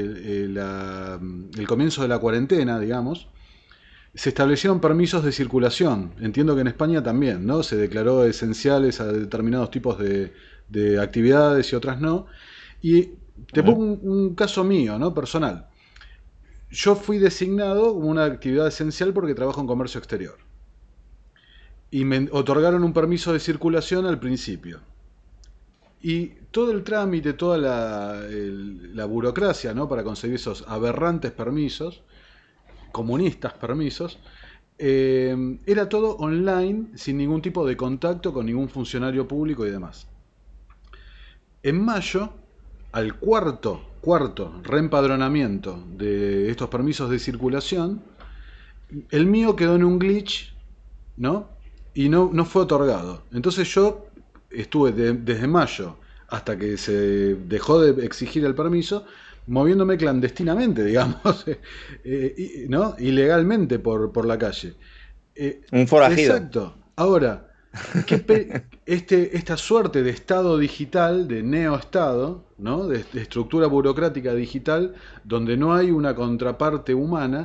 el comienzo de la cuarentena, digamos, se establecieron permisos de circulación. Entiendo que en España también, ¿no? Se declaró esenciales a determinados tipos de actividades y otras no. Y te pongo
Ujú.
un caso mío, ¿no? Personal. Yo fui designado como una actividad esencial porque trabajo en comercio exterior. Y me otorgaron un permiso de circulación al principio. Y todo el trámite, toda la burocracia, ¿no? Para conseguir esos aberrantes permisos, comunistas permisos, era todo online, sin ningún tipo de contacto con ningún funcionario público y demás. En mayo, al cuarto reempadronamiento de estos permisos de circulación, el mío quedó en un glitch, ¿no? Y no fue otorgado. Entonces yo estuve desde mayo hasta que se dejó de exigir el permiso, moviéndome clandestinamente, digamos, ¿no? Ilegalmente por la calle.
Un forajido.
Exacto. Ahora, esta suerte de estado digital, de neoestado, ¿no? De estructura burocrática digital, donde no hay una contraparte humana,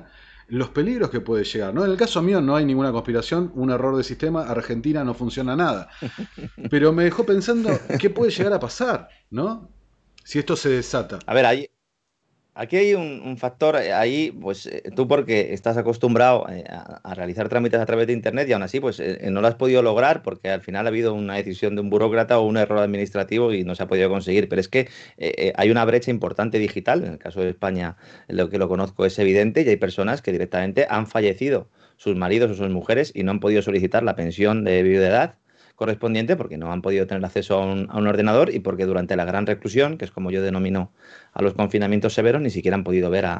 los peligros que puede llegar, ¿no? En el caso mío no hay ninguna conspiración, un error de sistema, Argentina no funciona nada. Pero me dejó pensando, ¿qué puede llegar a pasar, ¿no? Si esto se desata.
A ver, aquí hay un factor, ahí, pues tú porque estás acostumbrado a realizar trámites a través de Internet y aún así, pues no lo has podido lograr porque al final ha habido una decisión de un burócrata o un error administrativo y no se ha podido conseguir. Pero es que hay una brecha importante digital, en el caso de España, lo que lo conozco es evidente y hay personas que directamente han fallecido sus maridos o sus mujeres y no han podido solicitar la pensión de viudedad correspondiente porque no han podido tener acceso a un ordenador y porque durante la gran reclusión, que es como yo denomino a los confinamientos severos, ni siquiera han podido ver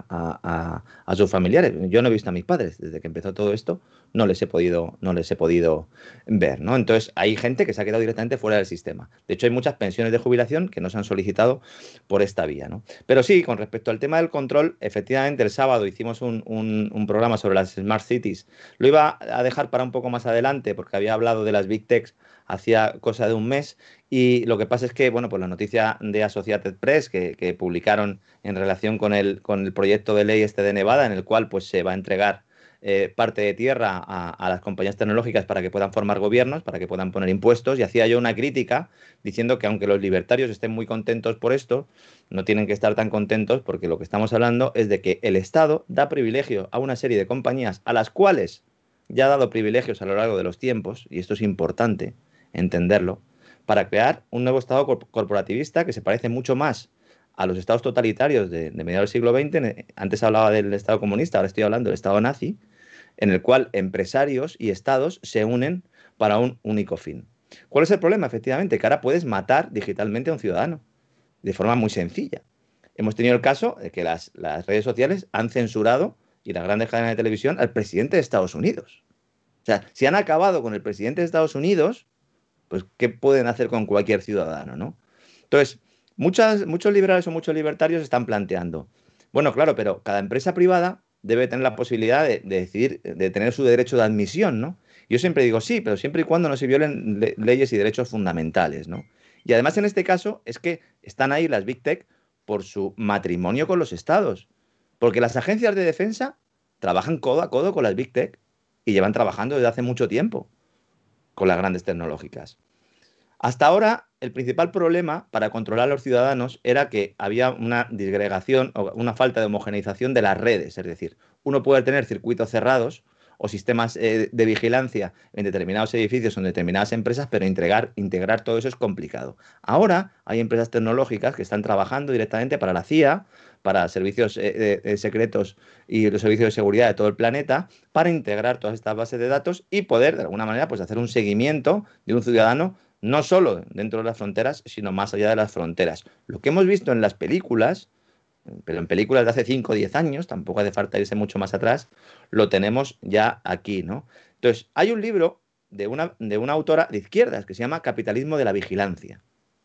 a sus familiares. Yo no he visto a mis padres desde que empezó todo esto, no les he podido ver, ¿no? Entonces hay gente que se ha quedado directamente fuera del sistema. De hecho, hay muchas pensiones de jubilación que no se han solicitado por esta vía, ¿no? Pero sí, con respecto al tema del control, efectivamente el sábado hicimos un programa sobre las Smart Cities. Lo iba a dejar para un poco más adelante porque había hablado de las Big Techs hacía cosa de un mes y lo que pasa es que, bueno, pues la noticia de Associated Press que publicaron en relación con el proyecto de ley este de Nevada, en el cual pues se va a entregar parte de tierra a las compañías tecnológicas para que puedan formar gobiernos, para que puedan poner impuestos, y hacía yo una crítica diciendo que aunque los libertarios estén muy contentos por esto, no tienen que estar tan contentos porque lo que estamos hablando es de que el Estado da privilegio a una serie de compañías a las cuales ya ha dado privilegios a lo largo de los tiempos, y esto es importante entenderlo, para crear un nuevo Estado corporativista que se parece mucho más a los estados totalitarios de mediados del siglo XX. Antes hablaba del Estado comunista, ahora estoy hablando del Estado nazi, en el cual empresarios y estados se unen para un único fin. ¿Cuál es el problema? Efectivamente, que ahora puedes matar digitalmente a un ciudadano de forma muy sencilla. Hemos tenido el caso de que las redes sociales han censurado, y las grandes cadenas de televisión, al presidente de Estados Unidos. O sea, si han acabado con el presidente de Estados Unidos, pues ¿qué pueden hacer con cualquier ciudadano, ¿no? Entonces, muchos liberales o muchos libertarios están planteando, bueno, claro, pero cada empresa privada debe tener la posibilidad de decidir, de tener su derecho de admisión, ¿no? Yo siempre digo sí, pero siempre y cuando no se violen leyes y derechos fundamentales, ¿no? Y además en este caso es que están ahí las Big Tech por su matrimonio con los estados, porque las agencias de defensa trabajan codo a codo con las Big Tech y llevan trabajando desde hace mucho tiempo con las grandes tecnológicas. Hasta ahora, el principal problema para controlar a los ciudadanos era que había una disgregación o una falta de homogeneización de las redes. Es decir, uno puede tener circuitos cerrados o sistemas de vigilancia en determinados edificios o en determinadas empresas, pero integrar todo eso es complicado. Ahora hay empresas tecnológicas que están trabajando directamente para la CIA, para servicios secretos y los servicios de seguridad de todo el planeta, para integrar todas estas bases de datos y poder, de alguna manera, pues hacer un seguimiento de un ciudadano no solo dentro de las fronteras, sino más allá de las fronteras. Lo que hemos visto en las películas, pero en películas de hace 5 o 10 años, tampoco hace falta irse mucho más atrás, lo tenemos ya aquí, ¿no? Entonces, hay un libro de una autora de izquierdas que se llama Capitalismo de la Vigilancia,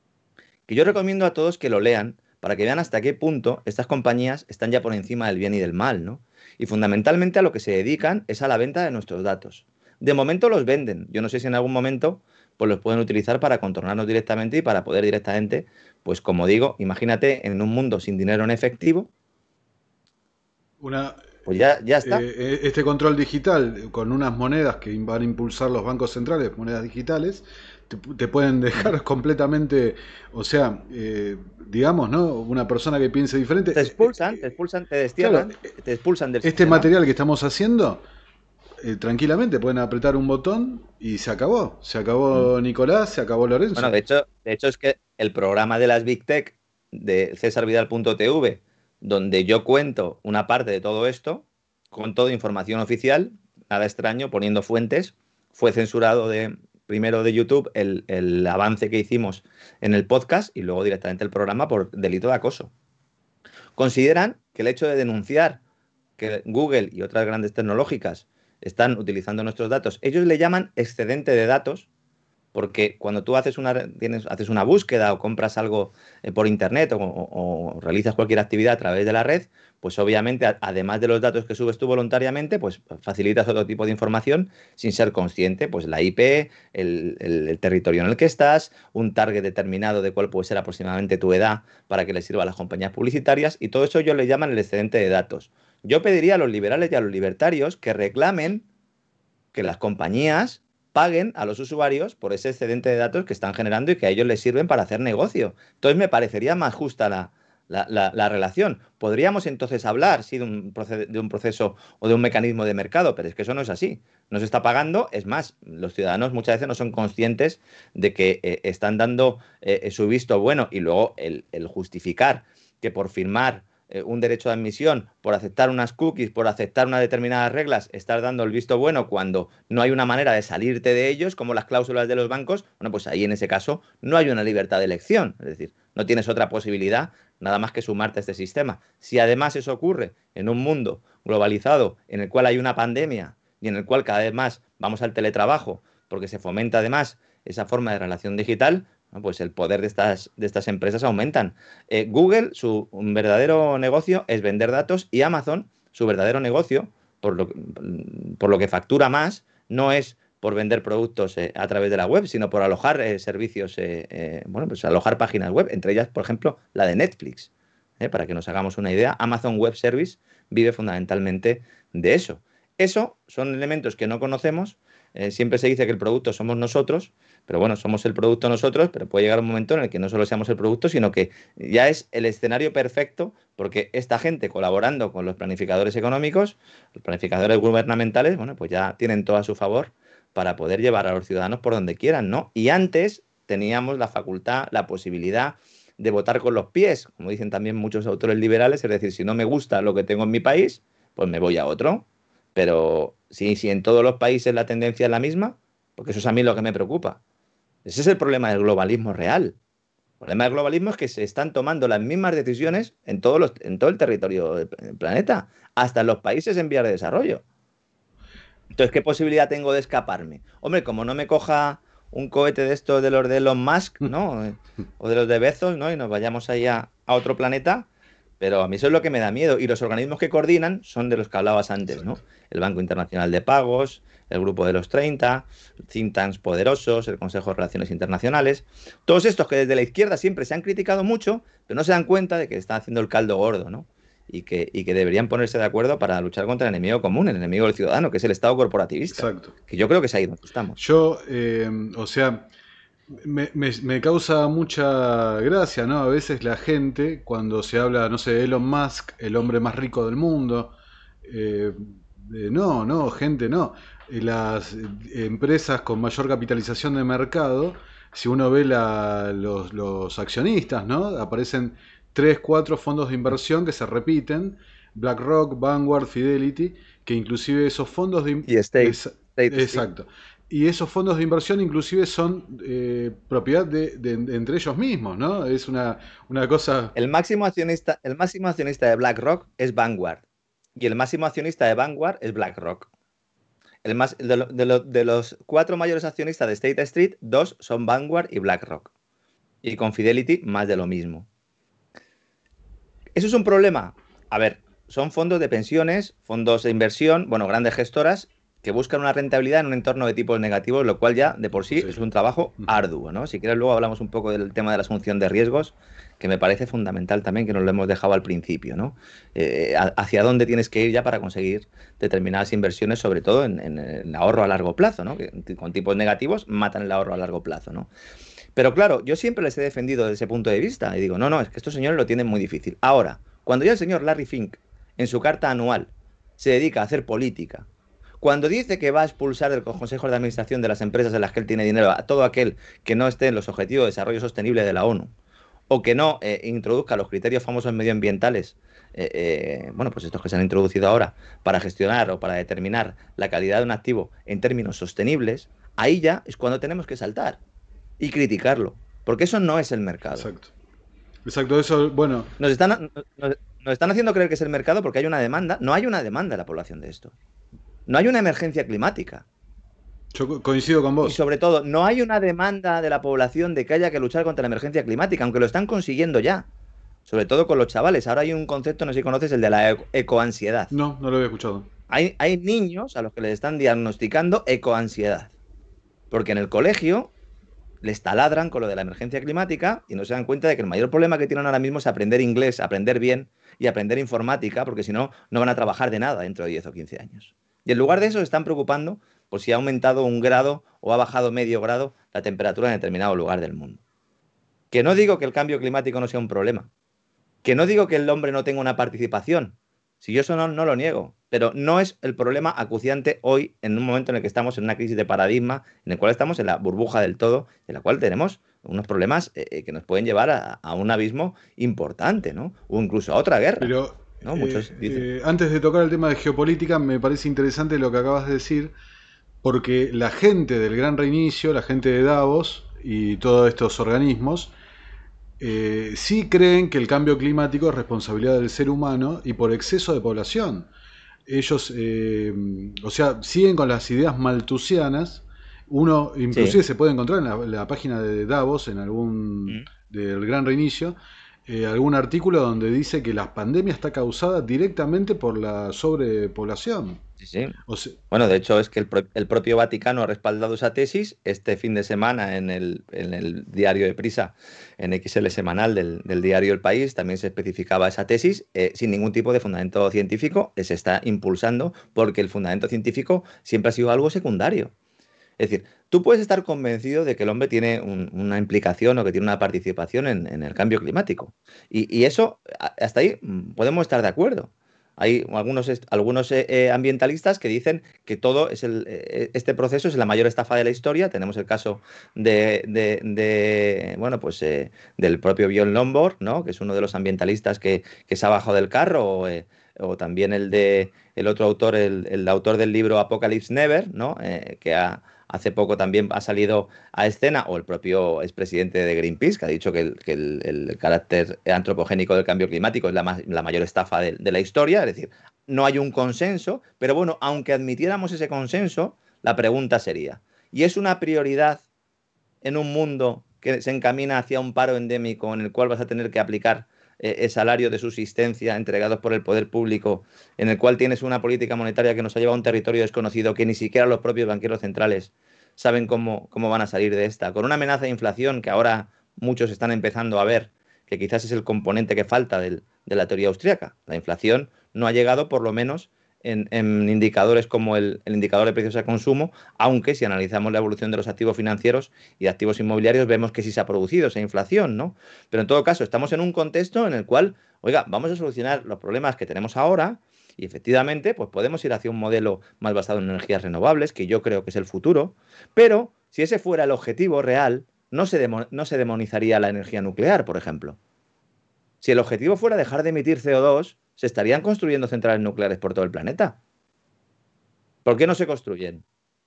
que yo recomiendo a todos que lo lean para que vean hasta qué punto estas compañías están ya por encima del bien y del mal, ¿no? Y fundamentalmente a lo que se dedican es a la venta de nuestros datos. De momento los venden. Yo no sé si en algún momento pues los pueden utilizar para contornarnos directamente y para poder directamente, pues como digo, imagínate en un mundo sin dinero en efectivo,
Una,
pues ya está.
este control digital con unas monedas que van a impulsar los bancos centrales, monedas digitales, te pueden dejar completamente, o sea, digamos, ¿no? Una persona que piense diferente.
Te expulsan, te
Claro,
destierran, te expulsan del
este
sistema.
material que estamos haciendo, tranquilamente pueden apretar un botón y se acabó. Se
Mm.
acabó Nicolás, se acabó
Bueno,
Lorenzo.
de hecho es que el programa de las Big Tech de cesarvidal.tv, donde yo cuento una parte de todo esto, con toda información oficial, nada extraño, poniendo fuentes, fue censurado primero de YouTube el avance que hicimos en el podcast y luego directamente el programa por delito de acoso. Consideran que el hecho de denunciar que Google y otras grandes tecnológicas están utilizando nuestros datos, ellos le llaman excedente de datos, porque cuando tú haces una búsqueda o compras algo por internet o realizas cualquier actividad a través de la red, pues obviamente, además de los datos que subes tú voluntariamente, pues facilitas otro tipo de información sin ser consciente, pues la IP, el territorio en el que estás, un target determinado de cuál puede ser aproximadamente tu edad para que le sirva a las compañías publicitarias, y todo eso ellos le llaman el excedente de datos. Yo pediría a los liberales y a los libertarios que reclamen que las compañías paguen a los usuarios por ese excedente de datos que están generando y que a ellos les sirven para hacer negocio. Entonces me parecería más justa la relación. Podríamos entonces hablar, sí, de un proceso o de un mecanismo de mercado, pero es que eso no es así. No se está pagando, es más, los ciudadanos muchas veces no son conscientes de que están dando su visto bueno y luego el justificar que por firmar un derecho de admisión, por aceptar unas cookies, por aceptar unas determinadas reglas, estás dando el visto bueno cuando no hay una manera de salirte de ellos, como las cláusulas de los bancos, bueno, pues ahí en ese caso no hay una libertad de elección, es decir, no tienes otra posibilidad nada más que sumarte a este sistema. Si además eso ocurre en un mundo globalizado en el cual hay una pandemia y en el cual cada vez más vamos al teletrabajo, porque se fomenta además esa forma de relación digital, ¿no? Pues el poder de estas empresas aumentan. Google, su verdadero negocio es vender datos y Amazon, su verdadero negocio, por lo que factura más, no es por vender productos a través de la web, sino por alojar servicios, bueno, pues alojar páginas web, entre ellas, por ejemplo, la de Netflix. Para que nos hagamos una idea, Amazon Web Service vive fundamentalmente de eso. Eso son elementos que no conocemos. Siempre se dice que el producto somos nosotros, pero bueno, somos el producto nosotros, pero puede llegar un momento en el que no solo seamos el producto, sino que ya es el escenario perfecto, porque esta gente colaborando con los planificadores económicos, los planificadores gubernamentales, bueno, pues ya tienen todo a su favor para poder llevar a los ciudadanos por donde quieran, ¿no? Y antes teníamos la facultad, la posibilidad de votar con los pies, como dicen también muchos autores liberales, es decir, si no me gusta lo que tengo en mi país, pues me voy a otro. Pero si en todos los países la tendencia es la misma, porque eso es a mí lo que me preocupa. Ese es el problema del globalismo real. El problema del globalismo es que se están tomando las mismas decisiones en todo el territorio del planeta, hasta en los países en vías de desarrollo. Entonces, ¿qué posibilidad tengo de escaparme? Hombre, como no me coja un cohete de estos de los de Elon Musk, ¿no? O de los de Bezos, ¿no? Y nos vayamos ahí a otro planeta. Pero a mí eso es lo que me da miedo. Y los organismos que coordinan son de los que hablabas antes, ¿no? El Banco Internacional de Pagos, el Grupo de los 30, think tanks poderosos, el Consejo de Relaciones Internacionales. Todos estos que desde la izquierda siempre se han criticado mucho, pero no se dan cuenta de que están haciendo el caldo gordo, ¿no? Y que deberían ponerse de acuerdo para luchar contra el enemigo común, el enemigo del ciudadano, que es el Estado corporativista.
Exacto.
Que yo creo que es ahí donde estamos.
Yo, o sea, me causa mucha gracia, ¿no? A veces la gente, cuando se habla, no sé, de Elon Musk, el hombre más rico del mundo, no, gente, no. Las empresas con mayor capitalización de mercado, si uno ve los accionistas, ¿no? Aparecen 3, 4 fondos de inversión que se repiten, BlackRock, Vanguard, Fidelity, que inclusive esos fondos de...
Y State
Exacto. Y esos fondos de inversión inclusive son propiedad entre ellos mismos, ¿no? Es una cosa...
El máximo accionista de BlackRock es Vanguard. Y el máximo accionista de Vanguard es BlackRock. De los 4 mayores accionistas de State Street, 2 son Vanguard y BlackRock. Y con Fidelity, más de lo mismo. ¿Eso es un problema? A ver, son fondos de pensiones, fondos de inversión, bueno, grandes gestoras, que buscan una rentabilidad en un entorno de tipos negativos, lo cual ya de por sí es un trabajo arduo, ¿no? Si quieres luego hablamos un poco del tema de la asunción de riesgos, que me parece fundamental también, que nos lo hemos dejado al principio, ¿no? Hacia dónde tienes que ir ya para conseguir determinadas inversiones, sobre todo en el ahorro a largo plazo, ¿no? Que con tipos negativos matan el ahorro a largo plazo, ¿no? Pero claro, yo siempre les he defendido desde ese punto de vista y digo, no, es que estos señores lo tienen muy difícil. Ahora, cuando ya el señor Larry Fink, en su carta anual, se dedica a hacer política, cuando dice que va a expulsar del Consejo de Administración de las empresas en las que él tiene dinero a todo aquel que no esté en los Objetivos de Desarrollo Sostenible de la ONU, o que no introduzca los criterios famosos medioambientales, bueno, pues estos que se han introducido ahora, para gestionar o para determinar la calidad de un activo en términos sostenibles, ahí ya es cuando tenemos que saltar y criticarlo, porque eso no es el mercado.
Exacto, eso, bueno.
Nos están haciendo creer que es el mercado porque hay una demanda. No hay una demanda de la población de esto. No hay una emergencia climática.
Yo coincido con vos.
Y sobre todo, no hay una demanda de la población de que haya que luchar contra la emergencia climática, aunque lo están consiguiendo ya. Sobre todo con los chavales. Ahora hay un concepto, no sé si conoces, el de la ecoansiedad.
No lo había escuchado.
Hay niños a los que les están diagnosticando ecoansiedad. Porque en el colegio les taladran con lo de la emergencia climática y no se dan cuenta de que el mayor problema que tienen ahora mismo es aprender inglés, aprender bien y aprender informática, porque si no, no van a trabajar de nada dentro de 10 o 15 años. Y en lugar de eso se están preocupando por si ha aumentado un grado o ha bajado medio grado la temperatura en determinado lugar del mundo. Que no digo que el cambio climático no sea un problema, que no digo que el hombre no tenga una participación, si yo eso no lo niego, pero no es el problema acuciante hoy en un momento en el que estamos en una crisis de paradigma, en el cual estamos en la burbuja del todo, en la cual tenemos unos problemas que nos pueden llevar a un abismo importante, ¿no? O incluso a otra guerra,
Pero
¿no? Muchos dicen.
antes de tocar el tema de geopolítica, me parece interesante lo que acabas de decir, porque la gente del Gran Reinicio, la gente de Davos y todos estos organismos, sí creen que el cambio climático es responsabilidad del ser humano y por exceso de población. Ellos, o sea, siguen con las ideas maltusianas. Uno
Sí.
inclusive se puede encontrar en la página de Davos, en algún
Mm.
del Gran Reinicio, algún artículo donde dice que la pandemia está causada directamente por la sobrepoblación.
Sí, sí.
O sea,
Bueno, de hecho es que el propio Vaticano ha respaldado esa tesis este fin de semana en el diario de Prisa, en XL semanal del diario El País, también se especificaba esa tesis sin ningún tipo de fundamento científico, se está impulsando porque el fundamento científico siempre ha sido algo secundario. Es decir, tú puedes estar convencido de que el hombre tiene una implicación o que tiene una participación en el cambio climático. Y eso, hasta ahí podemos estar de acuerdo. Hay algunos ambientalistas que dicen que este proceso es la mayor estafa de la historia. Tenemos el caso bueno, pues, del propio Bjorn Lomborg, ¿no? Que es uno de los ambientalistas que se ha bajado del carro, o también el otro autor, el autor del libro Apocalypse Never, ¿no? Hace poco también ha salido a escena, o el propio expresidente de Greenpeace, que ha dicho que el carácter antropogénico del cambio climático es la mayor estafa de la historia. Es decir, no hay un consenso, pero bueno, aunque admitiéramos ese consenso, la pregunta sería, ¿y es una prioridad en un mundo que se encamina hacia un paro endémico en el cual vas a tener que aplicar el salario de subsistencia entregados por el poder público, en el cual tienes una política monetaria que nos ha llevado a un territorio desconocido que ni siquiera los propios banqueros centrales saben cómo van a salir de esta, con una amenaza de inflación que ahora muchos están empezando a ver que quizás es el componente que falta de la teoría austríaca? La inflación no ha llegado, por lo menos, en indicadores como el indicador de precios al consumo, aunque si analizamos la evolución de los activos financieros y de activos inmobiliarios, vemos que sí se ha producido esa inflación, ¿no? Pero en todo caso, estamos en un contexto en el cual, oiga, vamos a solucionar los problemas que tenemos ahora y efectivamente, pues podemos ir hacia un modelo más basado en energías renovables, que yo creo que es el futuro, pero si ese fuera el objetivo real, no se demonizaría la energía nuclear, por ejemplo. Si el objetivo fuera dejar de emitir CO2, se estarían construyendo centrales nucleares por todo el planeta. ¿Por qué no se construyen?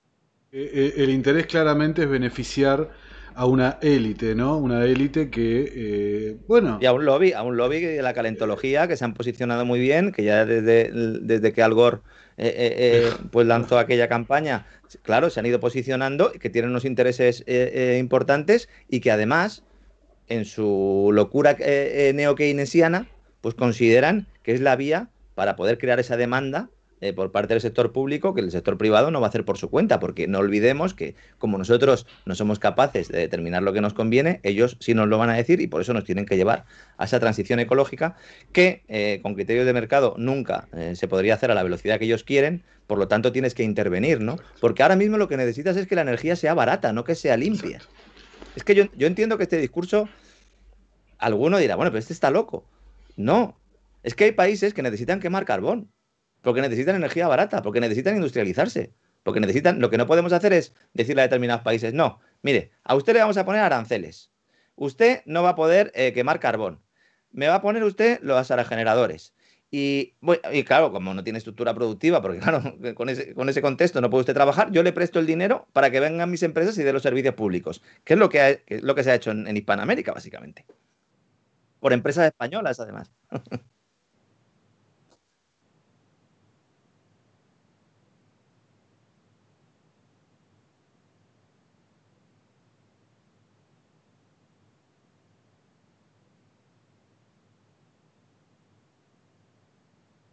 el interés claramente es beneficiar a una élite, ¿no? Una élite que,
Y
bueno,
a un lobby de la calentología que se han posicionado muy bien, que ya desde que Al Gore pues lanzó aquella campaña, claro, se han ido posicionando, que tienen unos intereses importantes y que además, en su locura neo-keynesiana, pues consideran que es la vía para poder crear esa demanda por parte del sector público que el sector privado no va a hacer por su cuenta, porque no olvidemos que como nosotros no somos capaces de determinar lo que nos conviene, ellos sí nos lo van a decir y por eso nos tienen que llevar a esa transición ecológica que con criterios de mercado nunca se podría hacer a la velocidad que ellos quieren, por lo tanto tienes que intervenir, ¿no?
exacto,
Porque ahora mismo lo que necesitas es que la energía sea barata, no que sea limpia.
exacto.
Es que yo entiendo que este discurso, alguno dirá, bueno, pero este está loco. No, es que hay países que necesitan quemar carbón, porque necesitan energía barata, porque necesitan industrializarse, porque necesitan, lo que no podemos hacer es decirle a determinados países, no, mire, a usted le vamos a poner aranceles, usted no va a poder quemar carbón, me va a poner usted los aerogeneradores. Y claro, como no tiene estructura productiva, porque claro, con ese contexto no puede usted trabajar, yo le presto el dinero para que vengan mis empresas y de los servicios públicos, que es lo que se ha hecho en Hispanoamérica, básicamente. Por empresas españolas, además.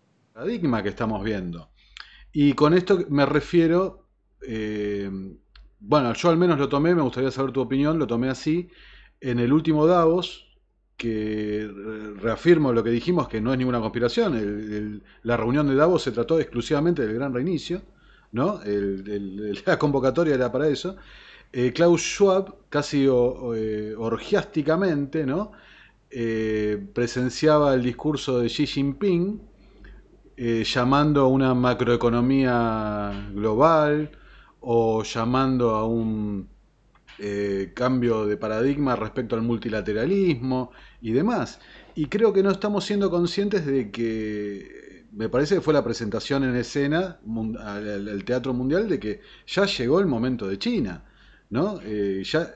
Paradigma que estamos viendo. Y con esto me refiero, eh, bueno, yo al menos lo tomé, me gustaría saber tu opinión, lo tomé así. En el último Davos, que reafirmo lo que dijimos, que no es ninguna conspiración, la reunión de Davos se trató exclusivamente del gran reinicio, ¿no? La convocatoria era para eso. Klaus Schwab, casi orgiásticamente, ¿no? Presenciaba el discurso de Xi Jinping, llamando a una macroeconomía global o llamando a un cambio de paradigma respecto al multilateralismo y demás. Y creo que no estamos siendo conscientes de que, me parece que fue la presentación en escena al Teatro Mundial de que ya llegó el momento de China, ¿no? Ya,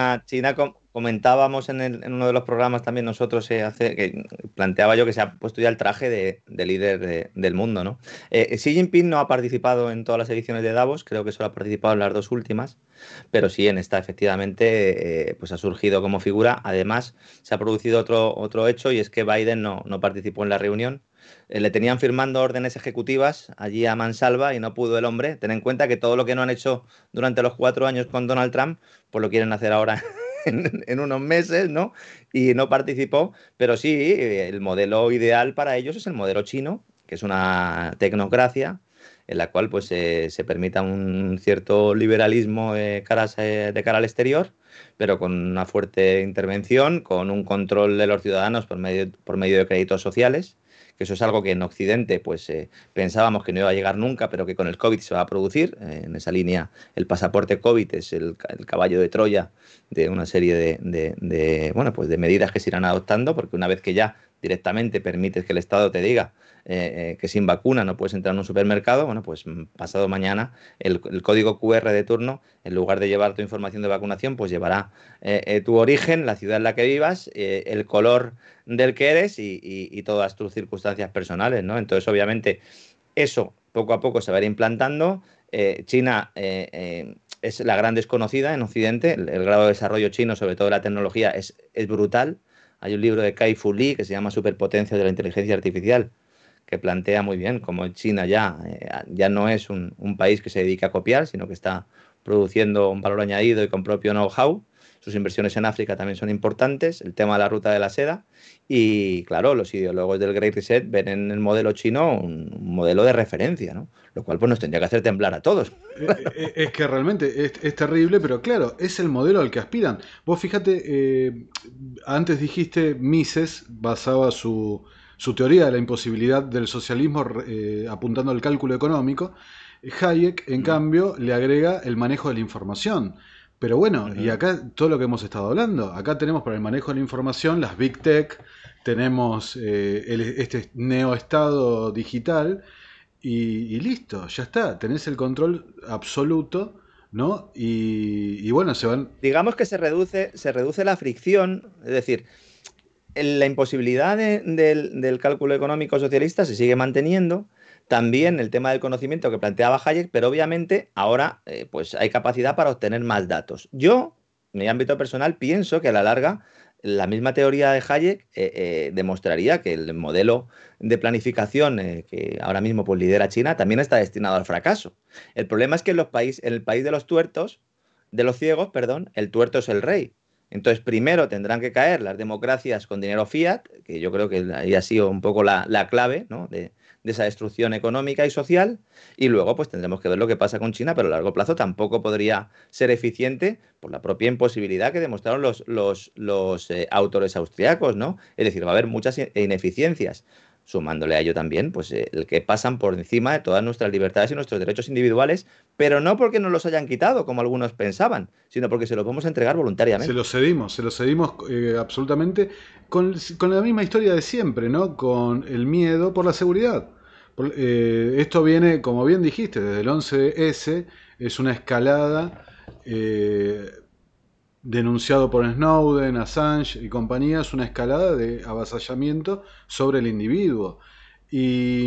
Comentábamos en uno de los programas también nosotros que planteaba yo que se ha puesto ya el traje de líder del mundo, ¿no? Xi Jinping no ha participado en todas las ediciones de Davos, creo que solo ha participado en las dos últimas, pero sí en esta efectivamente pues ha surgido como figura. Además, se ha producido otro hecho y es que Biden no participó en la reunión. Le tenían firmando órdenes ejecutivas allí a mansalva y no pudo el hombre. Ten en cuenta que todo lo que no han hecho durante los 4 años con Donald Trump, pues lo quieren hacer ahora en unos meses, ¿no? Y no participó, pero sí, el modelo ideal para ellos es el modelo chino, que es una tecnocracia en la cual pues se permita un cierto liberalismo de cara al exterior, pero con una fuerte intervención, con un control de los ciudadanos por medio de créditos sociales, que eso es algo que en Occidente pues pensábamos que no iba a llegar nunca, pero que con el COVID se va a producir. En esa línea, el pasaporte COVID es el caballo de Troya de una serie bueno, pues de medidas que se irán adoptando, porque una vez que ya directamente permites que el Estado te diga que sin vacuna no puedes entrar en un supermercado, bueno, pues pasado mañana el código QR de turno, en lugar de llevar tu información de vacunación, pues llevará tu origen, la ciudad en la que vivas, el color del que eres y todas tus circunstancias personales, ¿no? Entonces, obviamente, eso poco a poco se va a ir implantando. China es la gran desconocida en Occidente. El grado de desarrollo chino, sobre todo la tecnología, es brutal. Hay un libro de Kai-Fu Lee que se llama Superpotencia de la Inteligencia Artificial, que plantea muy bien cómo China ya no es un país que se dedica a copiar, sino que está produciendo un valor añadido y con propio know-how. Sus inversiones en África también son importantes, el tema de la ruta de la seda. Y claro, los ideólogos del Great Reset ven en el modelo chino un modelo de referencia, ¿no? Lo cual pues nos tendría que hacer temblar a todos.
es que realmente es terrible, pero claro, es el modelo al que aspiran. Vos fíjate, antes dijiste Mises basaba su teoría de la imposibilidad del socialismo apuntando al cálculo económico. Hayek, en cambio, le agrega el manejo de la información. Pero bueno, y acá todo lo que hemos estado hablando, acá tenemos para el manejo de la información las Big Tech, tenemos este neoestado digital y listo, ya está, tenés el control absoluto, ¿no? Y bueno, se van...
Digamos que se reduce la fricción, es decir, la imposibilidad del cálculo económico socialista se sigue manteniendo. También el tema del conocimiento que planteaba Hayek, pero obviamente ahora pues hay capacidad para obtener más datos. Yo, en mi ámbito personal, pienso que a la larga la misma teoría de Hayek demostraría que el modelo de planificación que ahora mismo pues, lidera China también está destinado al fracaso. El problema es que en el país de los tuertos, de los ciegos, perdón, el tuerto es el rey. Entonces, primero tendrán que caer las democracias con dinero fiat, que yo creo que ahí ha sido un poco la clave, ¿no? de esa destrucción económica y social, y luego pues tendremos que ver lo que pasa con China, pero a largo plazo tampoco podría ser eficiente por la propia imposibilidad que demostraron los autores austriacos, ¿no? Es decir, va a haber muchas ineficiencias. Sumándole a ello también, pues el que pasan por encima de todas nuestras libertades y nuestros derechos individuales, pero no porque nos los hayan quitado, como algunos pensaban, sino porque se los vamos a entregar voluntariamente.
Se lo cedimos absolutamente con la misma historia de siempre, ¿no? Con el miedo por la seguridad. Esto viene, como bien dijiste, desde el 11S, es una escalada eh, denunciado por Snowden, Assange y compañía, es una escalada de avasallamiento sobre el individuo. Y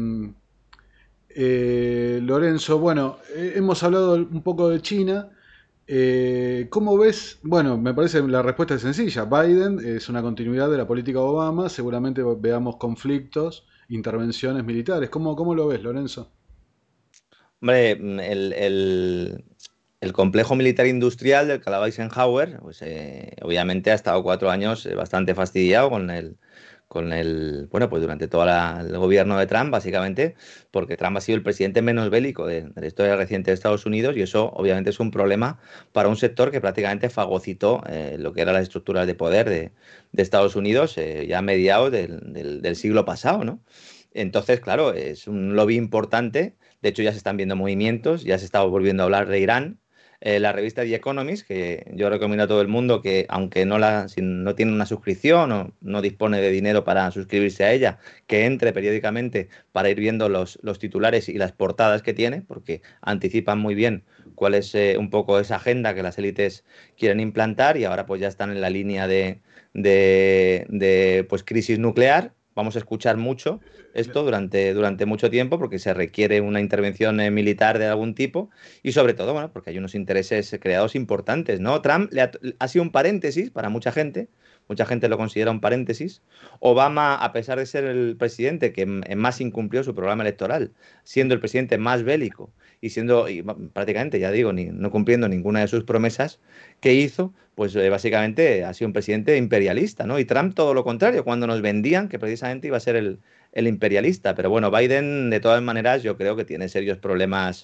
Lorenzo, bueno, hemos hablado un poco de China. ¿Cómo ves? Bueno, me parece la respuesta es sencilla. Biden es una continuidad de la política de Obama. Seguramente veamos conflictos, intervenciones militares. ¿Cómo lo ves, Lorenzo?
Hombre, el complejo militar industrial del que hablaba Eisenhower, pues obviamente ha estado 4 años bastante fastidiado bueno, pues durante todo el gobierno de Trump, básicamente, porque Trump ha sido el presidente menos bélico de la historia reciente de Estados Unidos y eso obviamente es un problema para un sector que prácticamente fagocitó lo que eran las estructuras de poder de Estados Unidos ya a mediados del siglo pasado, ¿no? Entonces, claro, es un lobby importante. De hecho, ya se están viendo movimientos, ya se está volviendo a hablar de Irán. La revista The Economist, que yo recomiendo a todo el mundo que, aunque si no tiene una suscripción o no dispone de dinero para suscribirse a ella, que entre periódicamente para ir viendo los titulares y las portadas que tiene, porque anticipan muy bien cuál es un poco esa agenda que las élites quieren implantar y ahora pues ya están en la línea pues crisis nuclear. Vamos a escuchar mucho esto durante mucho tiempo porque se requiere una intervención militar de algún tipo y sobre todo, bueno, porque hay unos intereses creados importantes, ¿no? Trump ha sido un paréntesis para mucha gente lo considera un paréntesis. Obama, a pesar de ser el presidente que más incumplió su programa electoral, siendo el presidente más bélico y prácticamente, ya digo, no cumpliendo ninguna de sus promesas que hizo, pues básicamente ha sido un presidente imperialista, ¿no? Y Trump todo lo contrario, cuando nos vendían que precisamente iba a ser el imperialista. Pero bueno, Biden, de todas maneras, yo creo que tiene serios problemas,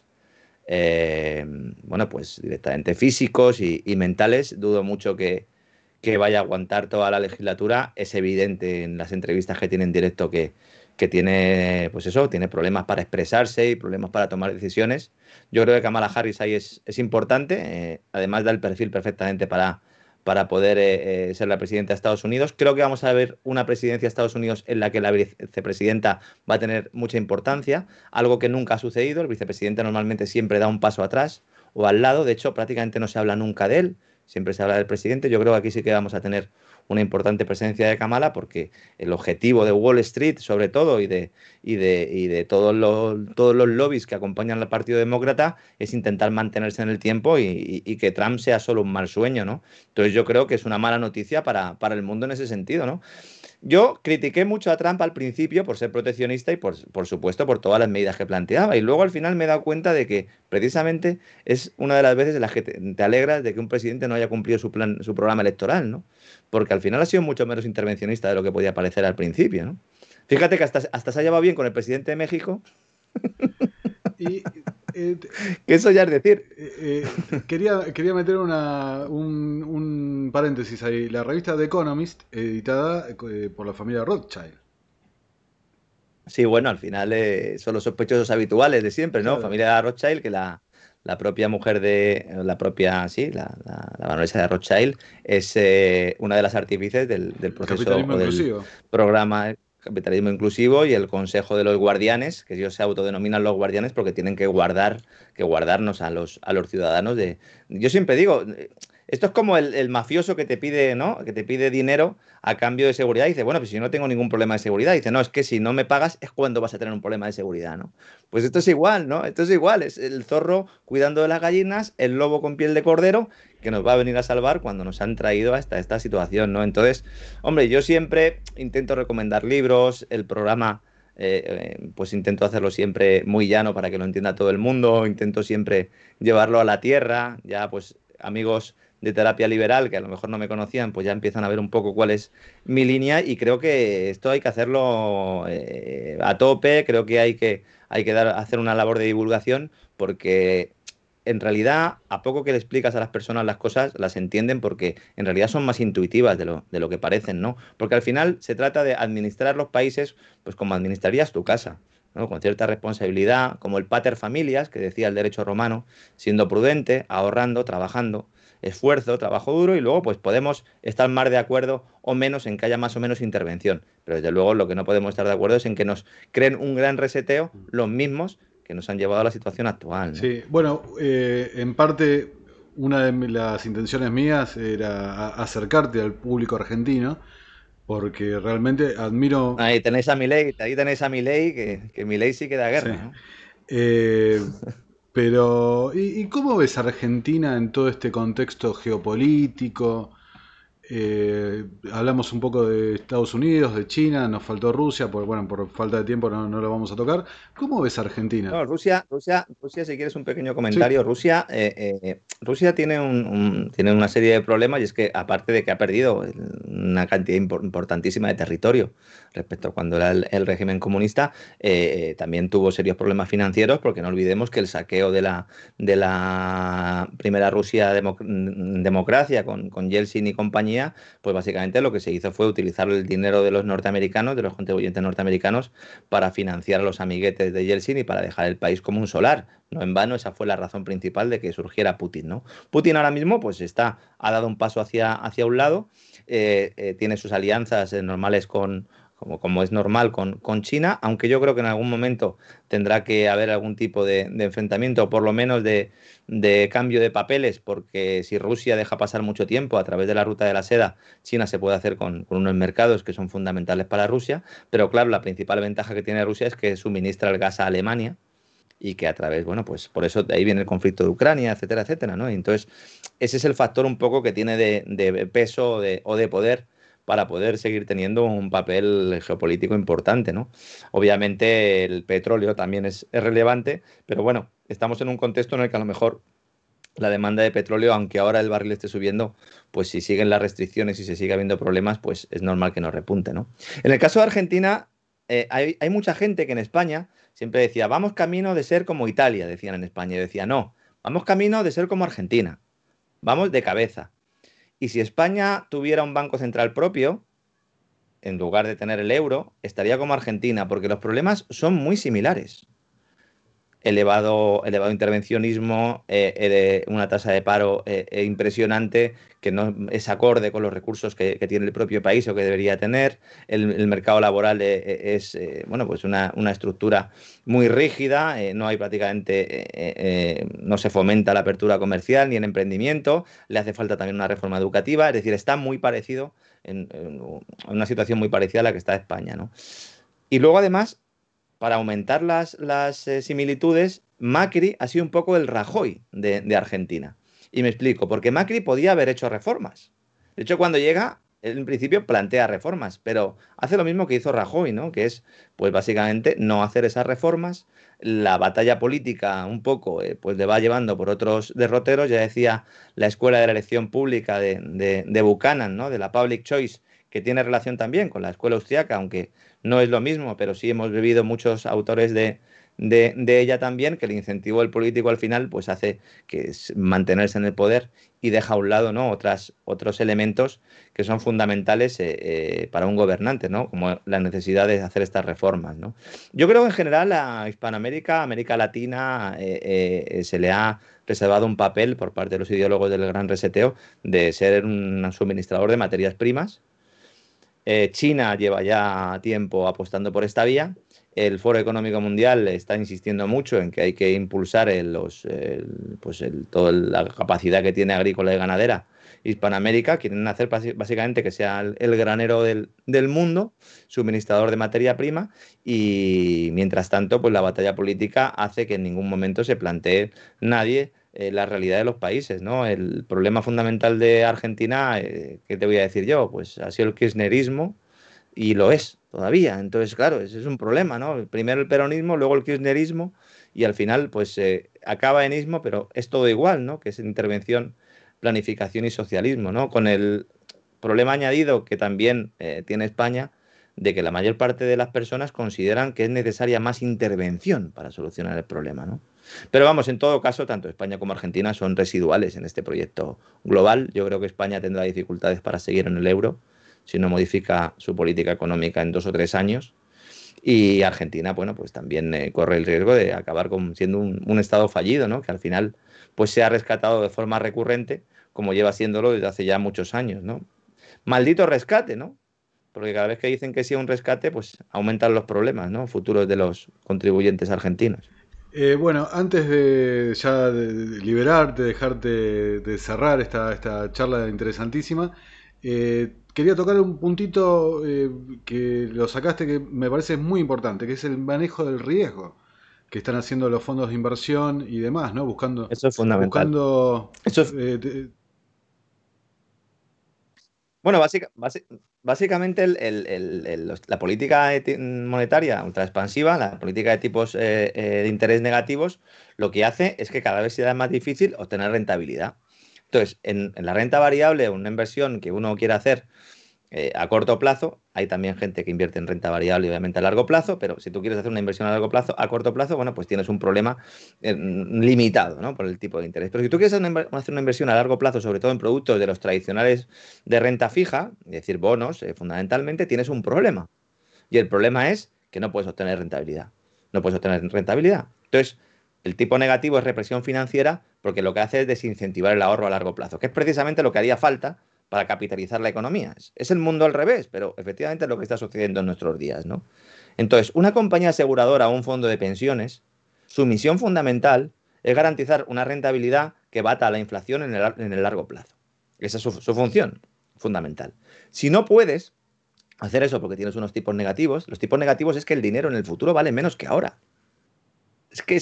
bueno, pues directamente físicos y mentales. Dudo mucho que vaya a aguantar toda la legislatura. Es evidente en las entrevistas que tiene en directo que tiene, pues eso, tiene problemas para expresarse y problemas para tomar decisiones. Yo creo que Kamala Harris ahí es importante, además da el perfil perfectamente para poder ser la presidenta de Estados Unidos. Creo que vamos a ver una presidencia de Estados Unidos en la que la vicepresidenta va a tener mucha importancia, algo que nunca ha sucedido. El vicepresidente normalmente siempre da un paso atrás o al lado, de hecho prácticamente no se habla nunca de él, siempre se habla del presidente. Yo creo que aquí sí que vamos a tener una importante presencia de Kamala porque el objetivo de Wall Street, sobre todo, y de todos los lobbies que acompañan al Partido Demócrata es intentar mantenerse en el tiempo y que Trump sea solo un mal sueño, ¿no? Entonces yo creo que es una mala noticia para el mundo en ese sentido, ¿no? Yo critiqué mucho a Trump al principio por ser proteccionista y por supuesto por todas las medidas que planteaba. Y luego al final me he dado cuenta de que precisamente es una de las veces en las que te alegras de que un presidente no haya cumplido su programa electoral, ¿no? Porque al final ha sido mucho menos intervencionista de lo que podía parecer al principio, ¿no? Fíjate que hasta se ha llevado bien con el presidente de México,
Y eh,
que eso ya es decir.
quería meter un paréntesis ahí. La revista The Economist, editada por la familia Rothschild.
Sí, bueno, al final son los sospechosos habituales de siempre, ¿no?
Claro,
Familia Rothschild, que la propia mujer la propia, sí, la baronesa de Rothschild es una de las artífices del
el
proceso
capitalismo
o del
inclusivo.
programa Capitalismo Inclusivo y el Consejo de los Guardianes, que ellos se autodenominan los guardianes porque tienen que guardarnos a los ciudadanos de... Yo siempre digo, esto es como el mafioso que te pide, ¿no? Que te pide dinero a cambio de seguridad. Y dice, bueno, pues si yo no tengo ningún problema de seguridad. Dice, no, es que si no me pagas es cuando vas a tener un problema de seguridad, ¿no? Pues esto es igual, ¿no? Esto es igual. Es el zorro cuidando de las gallinas, el lobo con piel de cordero, que nos va a venir a salvar cuando nos han traído hasta esta situación, ¿no? Entonces, hombre, yo siempre intento recomendar libros, el programa. Pues intento hacerlo siempre muy llano para que lo entienda todo el mundo, intento siempre llevarlo a la tierra, ya pues amigos de terapia liberal que a lo mejor no me conocían, pues ya empiezan a ver un poco cuál es mi línea y creo que esto hay que hacerlo a tope, creo que hay que hacer una labor de divulgación porque en realidad a poco que le explicas a las personas las cosas, las entienden porque en realidad son más intuitivas de lo que parecen, ¿no? Porque al final se trata de administrar los países pues como administrarías tu casa, ¿no? Con cierta responsabilidad, como el pater familias, que decía el derecho romano, siendo prudente, ahorrando, trabajando, esfuerzo, trabajo duro y luego pues podemos estar más de acuerdo o menos en que haya más o menos intervención. Pero desde luego lo que no podemos estar de acuerdo es en que nos creen un gran reseteo los mismos que nos han llevado a la situación actual, ¿no?
Sí, bueno, en parte una de las intenciones mías era acercarte al público argentino, porque realmente admiro.
Ahí tenéis a Milei, que Milei sí que da
Sí.
guerra, ¿no?
Eh, pero, ¿y cómo ves a Argentina en todo este contexto geopolítico? Hablamos un poco de Estados Unidos, de China, nos faltó Rusia, bueno, por falta de tiempo no lo vamos a tocar. ¿Cómo ves Argentina?
No, Rusia, si quieres un pequeño
Sí,
comentario, Rusia tiene tiene una serie de problemas y es que aparte de que ha perdido una cantidad importantísima de territorio respecto a cuando era el régimen comunista, también tuvo serios problemas financieros porque no olvidemos que el saqueo de la primera Rusia democracia con Yeltsin y compañía, pues básicamente lo que se hizo fue utilizar el dinero de los norteamericanos, de los contribuyentes norteamericanos, para financiar a los amiguetes de Yeltsin y para dejar el país como un solar. No en vano, esa fue la razón principal de que surgiera Putin, ¿no? Putin ahora mismo pues ha dado un paso hacia un lado, tiene sus alianzas normales como es normal con China, aunque yo creo que en algún momento tendrá que haber algún tipo de enfrentamiento, o por lo menos de cambio de papeles, porque si Rusia deja pasar mucho tiempo a través de la ruta de la seda, China se puede hacer con unos mercados que son fundamentales para Rusia, pero claro, la principal ventaja que tiene Rusia es que suministra el gas a Alemania y que a través, bueno, pues por eso de ahí viene el conflicto de Ucrania, etcétera, etcétera, ¿no? Y entonces, ese es el factor un poco que tiene de peso o de poder para poder seguir teniendo un papel geopolítico importante, ¿no? Obviamente el petróleo también es relevante, pero bueno, estamos en un contexto en el que a lo mejor la demanda de petróleo, aunque ahora el barril esté subiendo, pues si siguen las restricciones y se sigue habiendo problemas, pues es normal que nos repunte, ¿no? En el caso de Argentina, hay mucha gente que en España siempre decía, vamos camino de ser como Italia, decían en España. Yo decía, no, vamos camino de ser como Argentina, vamos de cabeza. Y si España tuviera un banco central propio, en lugar de tener el euro, estaría como Argentina, porque los problemas son muy similares. Elevado intervencionismo, una tasa de paro impresionante que no es acorde con los recursos que tiene el propio país o que debería tener. El mercado laboral es bueno, pues una estructura muy rígida, no hay prácticamente, no se fomenta la apertura comercial ni el emprendimiento, le hace falta también una reforma educativa, es decir, está muy parecido, en una situación muy parecida a la que está España, ¿no? Y luego además para aumentar las similitudes, Macri ha sido un poco el Rajoy de Argentina. Y me explico, porque Macri podía haber hecho reformas. De hecho, cuando llega, él en principio plantea reformas, pero hace lo mismo que hizo Rajoy, ¿no? Que es, pues básicamente, no hacer esas reformas. La batalla política un poco, pues le va llevando por otros derroteros. Ya decía la escuela de la elección pública de Buchanan, ¿no? De la Public Choice, que tiene relación también con la escuela austriaca, aunque no es lo mismo, pero sí hemos vivido muchos autores de ella también, que el incentivo del político al final pues hace que es mantenerse en el poder y deja a un lado, ¿no? Otros elementos que son fundamentales para un gobernante, ¿no? Como la necesidad de hacer estas reformas, ¿no? Yo creo que en general a Hispanoamérica, América Latina, se le ha reservado un papel por parte de los ideólogos del Gran Reseteo de ser un suministrador de materias primas. China lleva ya tiempo apostando por esta vía. El Foro Económico Mundial está insistiendo mucho en que hay que impulsar toda la capacidad que tiene agrícola y ganadera Hispanoamérica. Quieren hacer básicamente que sea el granero del mundo, suministrador de materia prima, y mientras tanto, pues la batalla política hace que en ningún momento se plantee nadie la realidad de los países, ¿no? El problema fundamental de Argentina, ¿qué te voy a decir yo? Pues ha sido el kirchnerismo y lo es todavía. Entonces, claro, ese es un problema, ¿no? Primero el peronismo, luego el kirchnerismo y al final, pues acaba en ismo, pero es todo igual, ¿no? Que es intervención, planificación y socialismo, ¿no? Con el problema añadido que también tiene España de que la mayor parte de las personas consideran que es necesaria más intervención para solucionar el problema, ¿no? Pero vamos, en todo caso, tanto España como Argentina son residuales en este proyecto global. Yo creo que España tendrá dificultades para seguir en el euro si no modifica su política económica en 2 o 3 años. Y Argentina, bueno, pues también corre el riesgo de acabar siendo un estado fallido, ¿no? Que al final, pues se ha rescatado de forma recurrente, como lleva haciéndolo desde hace ya muchos años, ¿no? Maldito rescate, ¿no? Porque cada vez que dicen que sí a un rescate, pues aumentan los problemas, ¿no? Futuros de los contribuyentes argentinos.
Bueno, antes de ya de liberarte, dejarte de cerrar esta charla interesantísima, quería tocar un puntito que lo sacaste que me parece muy importante, que es el manejo del riesgo que están haciendo los fondos de inversión y demás, ¿no?
Eso es fundamental.
Buscando
Eso es
eh,
Bueno, básicamente la política monetaria ultraexpansiva, la política de tipos de interés negativos, lo que hace es que cada vez sea más difícil obtener rentabilidad. Entonces, en la renta variable, una inversión que uno quiera hacer a corto plazo, hay también gente que invierte en renta variable, obviamente a largo plazo, pero si tú quieres hacer una inversión a largo plazo, a corto plazo, bueno, pues tienes un problema limitado, ¿no? Por el tipo de interés. Pero si tú quieres hacer una inversión a largo plazo, sobre todo en productos de los tradicionales de renta fija, es decir, bonos, fundamentalmente, tienes un problema. Y el problema es que no puedes obtener rentabilidad. No puedes obtener rentabilidad. Entonces, el tipo negativo es represión financiera porque lo que hace es desincentivar el ahorro a largo plazo, que es precisamente lo que haría falta para capitalizar la economía. Es el mundo al revés, pero efectivamente es lo que está sucediendo en nuestros días, ¿no? Entonces, una compañía aseguradora o un fondo de pensiones, su misión fundamental es garantizar una rentabilidad que bata a la inflación en el largo plazo. Esa es su función fundamental. Si no puedes hacer eso porque tienes unos tipos negativos, los tipos negativos es que el dinero en el futuro vale menos que ahora. Es que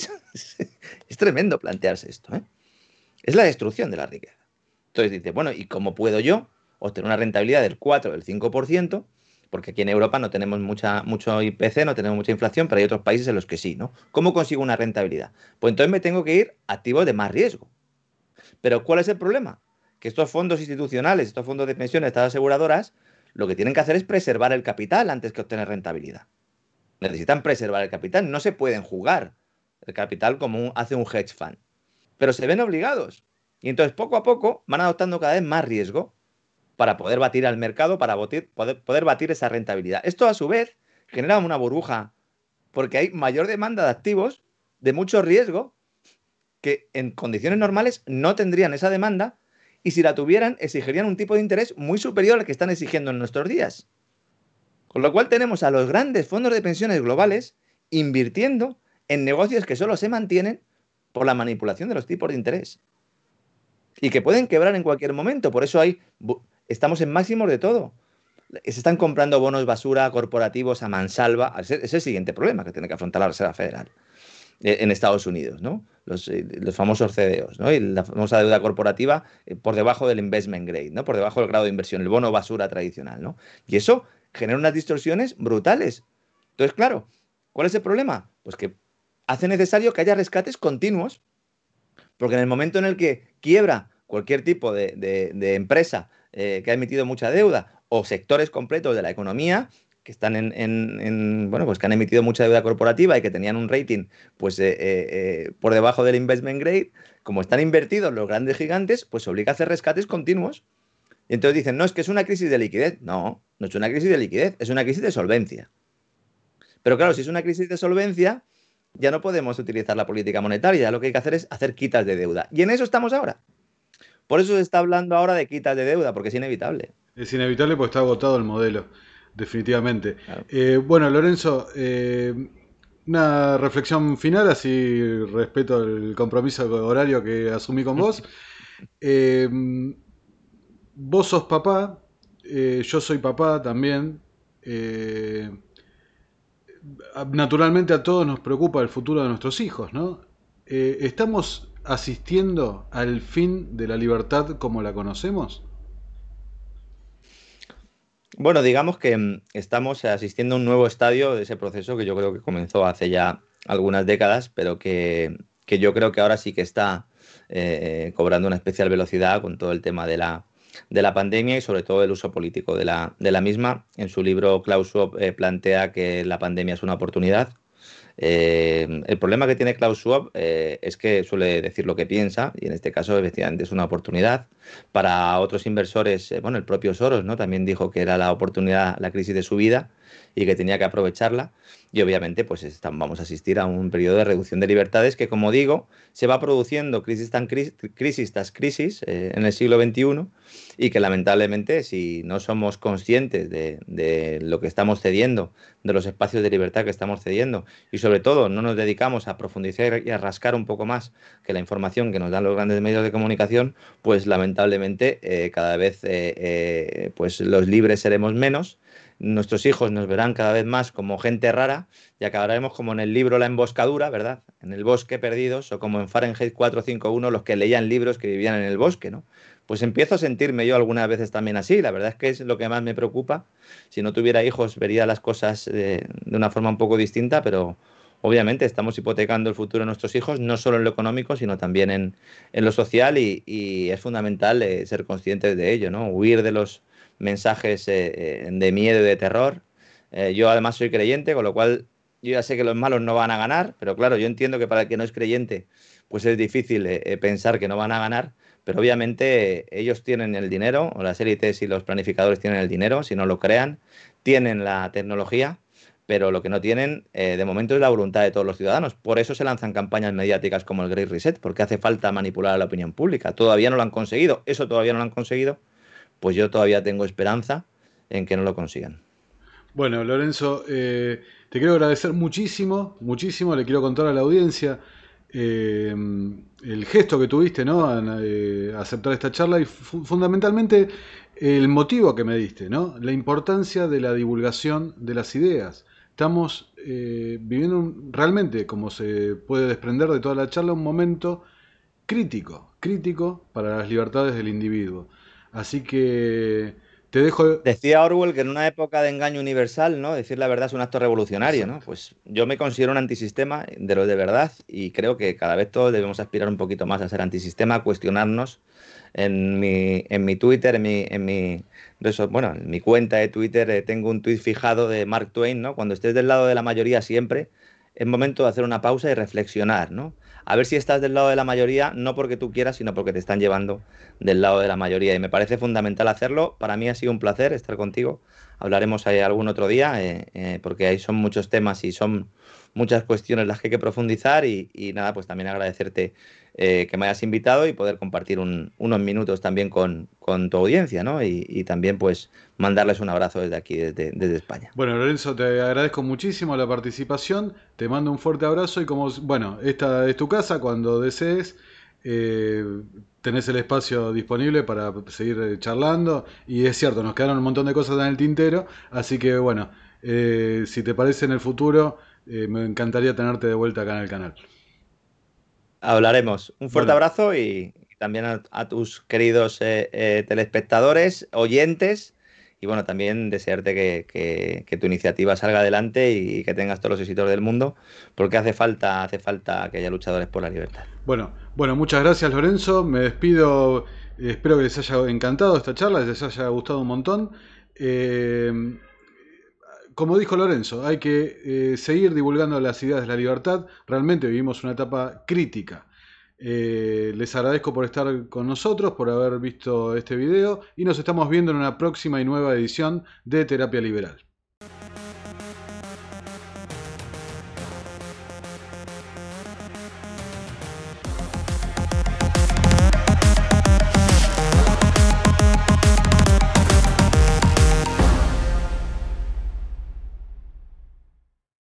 es tremendo plantearse esto, ¿eh? Es la destrucción de la riqueza. Entonces dice, bueno, ¿y cómo puedo yo obtener una rentabilidad del 4 o del 5%? Porque aquí en Europa no tenemos mucho IPC, no tenemos mucha inflación, pero hay otros países en los que sí, ¿no? ¿Cómo consigo una rentabilidad? Pues entonces me tengo que ir a activos de más riesgo. Pero ¿cuál es el problema? Que estos fondos institucionales, estos fondos de pensiones, estas aseguradoras, lo que tienen que hacer es preservar el capital antes que obtener rentabilidad. Necesitan preservar el capital, no se pueden jugar el capital como hace un hedge fund. Pero se ven obligados. Y entonces poco a poco van adoptando cada vez más riesgo para poder batir al mercado, para poder batir esa rentabilidad. Esto a su vez genera una burbuja porque hay mayor demanda de activos de mucho riesgo que en condiciones normales no tendrían esa demanda y si la tuvieran exigirían un tipo de interés muy superior al que están exigiendo en nuestros días. Con lo cual tenemos a los grandes fondos de pensiones globales invirtiendo en negocios que solo se mantienen por la manipulación de los tipos de interés y que pueden quebrar en cualquier momento. Por eso estamos en máximos de todo. Se están comprando bonos basura corporativos a mansalva. Es el siguiente problema que tiene que afrontar la Reserva Federal en Estados Unidos, ¿no? Los famosos CDOs, ¿no? Y la famosa deuda corporativa por debajo del investment grade, ¿no? Por debajo del grado de inversión, el bono basura tradicional, ¿no? Y eso genera unas distorsiones brutales. Entonces, claro, ¿cuál es el problema? Pues que hace necesario que haya rescates continuos, porque en el momento en el que quiebra cualquier tipo de empresa que ha emitido mucha deuda o sectores completos de la economía, que están bueno, pues que han emitido mucha deuda corporativa y que tenían un rating pues por debajo del investment grade, como están invertidos los grandes gigantes, pues obliga a hacer rescates continuos. Y entonces dicen, no, es que es una crisis de liquidez. No, no es una crisis de liquidez, es una crisis de solvencia. Pero claro, si es una crisis de solvencia, ya no podemos utilizar la política monetaria, ya lo que hay que hacer es hacer quitas de deuda. Y en eso estamos ahora. Por eso se está hablando ahora de quitas de deuda, porque es inevitable.
Es inevitable porque está agotado el modelo, definitivamente.
Claro.
Bueno, Lorenzo, una reflexión final, así respeto el compromiso horario que asumí con vos. Eh, Vos sos papá, yo soy papá también. eh, Naturalmente a todos nos preocupa el futuro de nuestros hijos, ¿no? ¿Estamos asistiendo al fin de la libertad como la conocemos?
Bueno, digamos que estamos asistiendo a un nuevo estadio de ese proceso que yo creo que comenzó hace ya algunas décadas, pero que yo creo que ahora sí que está cobrando una especial velocidad con todo el tema de la pandemia y sobre todo el uso político de la misma. En su libro, Klaus Schwab plantea que la pandemia es una oportunidad. El problema que tiene Klaus Schwab es que suele decir lo que piensa y en este caso efectivamente es una oportunidad. Para otros inversores, bueno, el propio Soros, ¿no? También dijo que era la oportunidad, la crisis de su vida y que tenía que aprovecharla. Y obviamente pues vamos a asistir a un periodo de reducción de libertades que, como digo, se va produciendo crisis tras crisis en el siglo XXI y que lamentablemente si no somos conscientes de lo que estamos cediendo, de los espacios de libertad que estamos cediendo y sobre todo no nos dedicamos a profundizar y a rascar un poco más que la información que nos dan los grandes medios de comunicación, pues lamentablemente cada vez pues los libres seremos menos. Nuestros hijos nos verán cada vez más como gente rara y acabaremos como en el libro La emboscadura, ¿verdad? En el bosque perdidos o como en Fahrenheit 451 los que leían libros que vivían en el bosque, ¿no? pues empiezo a sentirme yo algunas veces también así. La verdad es que es lo que más me preocupa. Si no tuviera hijos, vería las cosas de una forma un poco distinta, pero obviamente estamos hipotecando el futuro de nuestros hijos, no solo en lo económico, sino también en lo social y es fundamental ser conscientes de ello, ¿no? Huir de los mensajes de miedo y de terror. Yo además soy creyente, con lo cual yo ya sé que los malos no van a ganar, pero claro, yo entiendo que para el que no es creyente, pues es difícil pensar que no van a ganar, pero obviamente ellos tienen el dinero, o las élites y los planificadores tienen el dinero, si no lo crean, tienen la tecnología, pero lo que no tienen de momento es la voluntad de todos los ciudadanos. Por eso se lanzan campañas mediáticas como el Great Reset, porque hace falta manipular a la opinión pública. Todavía no lo han conseguido, eso todavía no lo han conseguido, pues yo todavía tengo esperanza en que no lo consigan.
Bueno, Lorenzo, te quiero agradecer muchísimo, muchísimo, le quiero contar a la audiencia eh, el gesto que tuviste, ¿no? En aceptar esta charla y fundamentalmente el motivo que me diste, ¿no? La importancia de la divulgación de las ideas. Estamos viviendo realmente, como se puede desprender de toda la charla, un momento crítico, crítico para las libertades del individuo. Así que te dejo...
Decía Orwell que en una época de engaño universal, ¿no? Decir la verdad es un acto revolucionario, ¿no?
Exacto.
Pues yo me considero un antisistema de lo de verdad y creo que cada vez todos debemos aspirar un poquito más a ser antisistema, a cuestionarnos. En mi Twitter, bueno, en mi cuenta de Twitter tengo un tuit fijado de Mark Twain, ¿no? Cuando estés del lado de la mayoría siempre, es momento de hacer una pausa y reflexionar, ¿no? A ver si estás del lado de la mayoría, no porque tú quieras, sino porque te están llevando del lado de la mayoría. Y me parece fundamental hacerlo. Para mí ha sido un placer estar contigo. Hablaremos ahí algún otro día, porque ahí son muchos temas y son muchas cuestiones las que hay que profundizar. Y nada, pues también agradecerte que me hayas invitado y poder compartir unos minutos también con tu audiencia, ¿no? Y también pues mandarles un abrazo desde aquí, desde España.
Bueno, Lorenzo, te agradezco muchísimo la participación, te mando un fuerte abrazo y como, bueno, esta es tu casa, cuando desees, eh, tenés el espacio disponible para seguir charlando y es cierto, nos quedaron un montón de cosas en el tintero, así que bueno, si te parece en el futuro, me encantaría tenerte de vuelta acá en el canal.
Hablaremos. Un fuerte
Bueno,
abrazo y también a tus queridos telespectadores, oyentes. Y bueno, también desearte que tu iniciativa salga adelante y que tengas todos los éxitos del mundo, porque hace falta que haya luchadores por la libertad.
bueno, muchas gracias Lorenzo, me despido, espero que les haya encantado esta charla, les haya gustado un montón. Eh, como dijo Lorenzo, hay que seguir divulgando las ideas de la libertad, realmente vivimos una etapa crítica. Les agradezco por estar con nosotros, por haber visto este video y nos estamos viendo en una próxima y nueva edición de Terapia Liberal.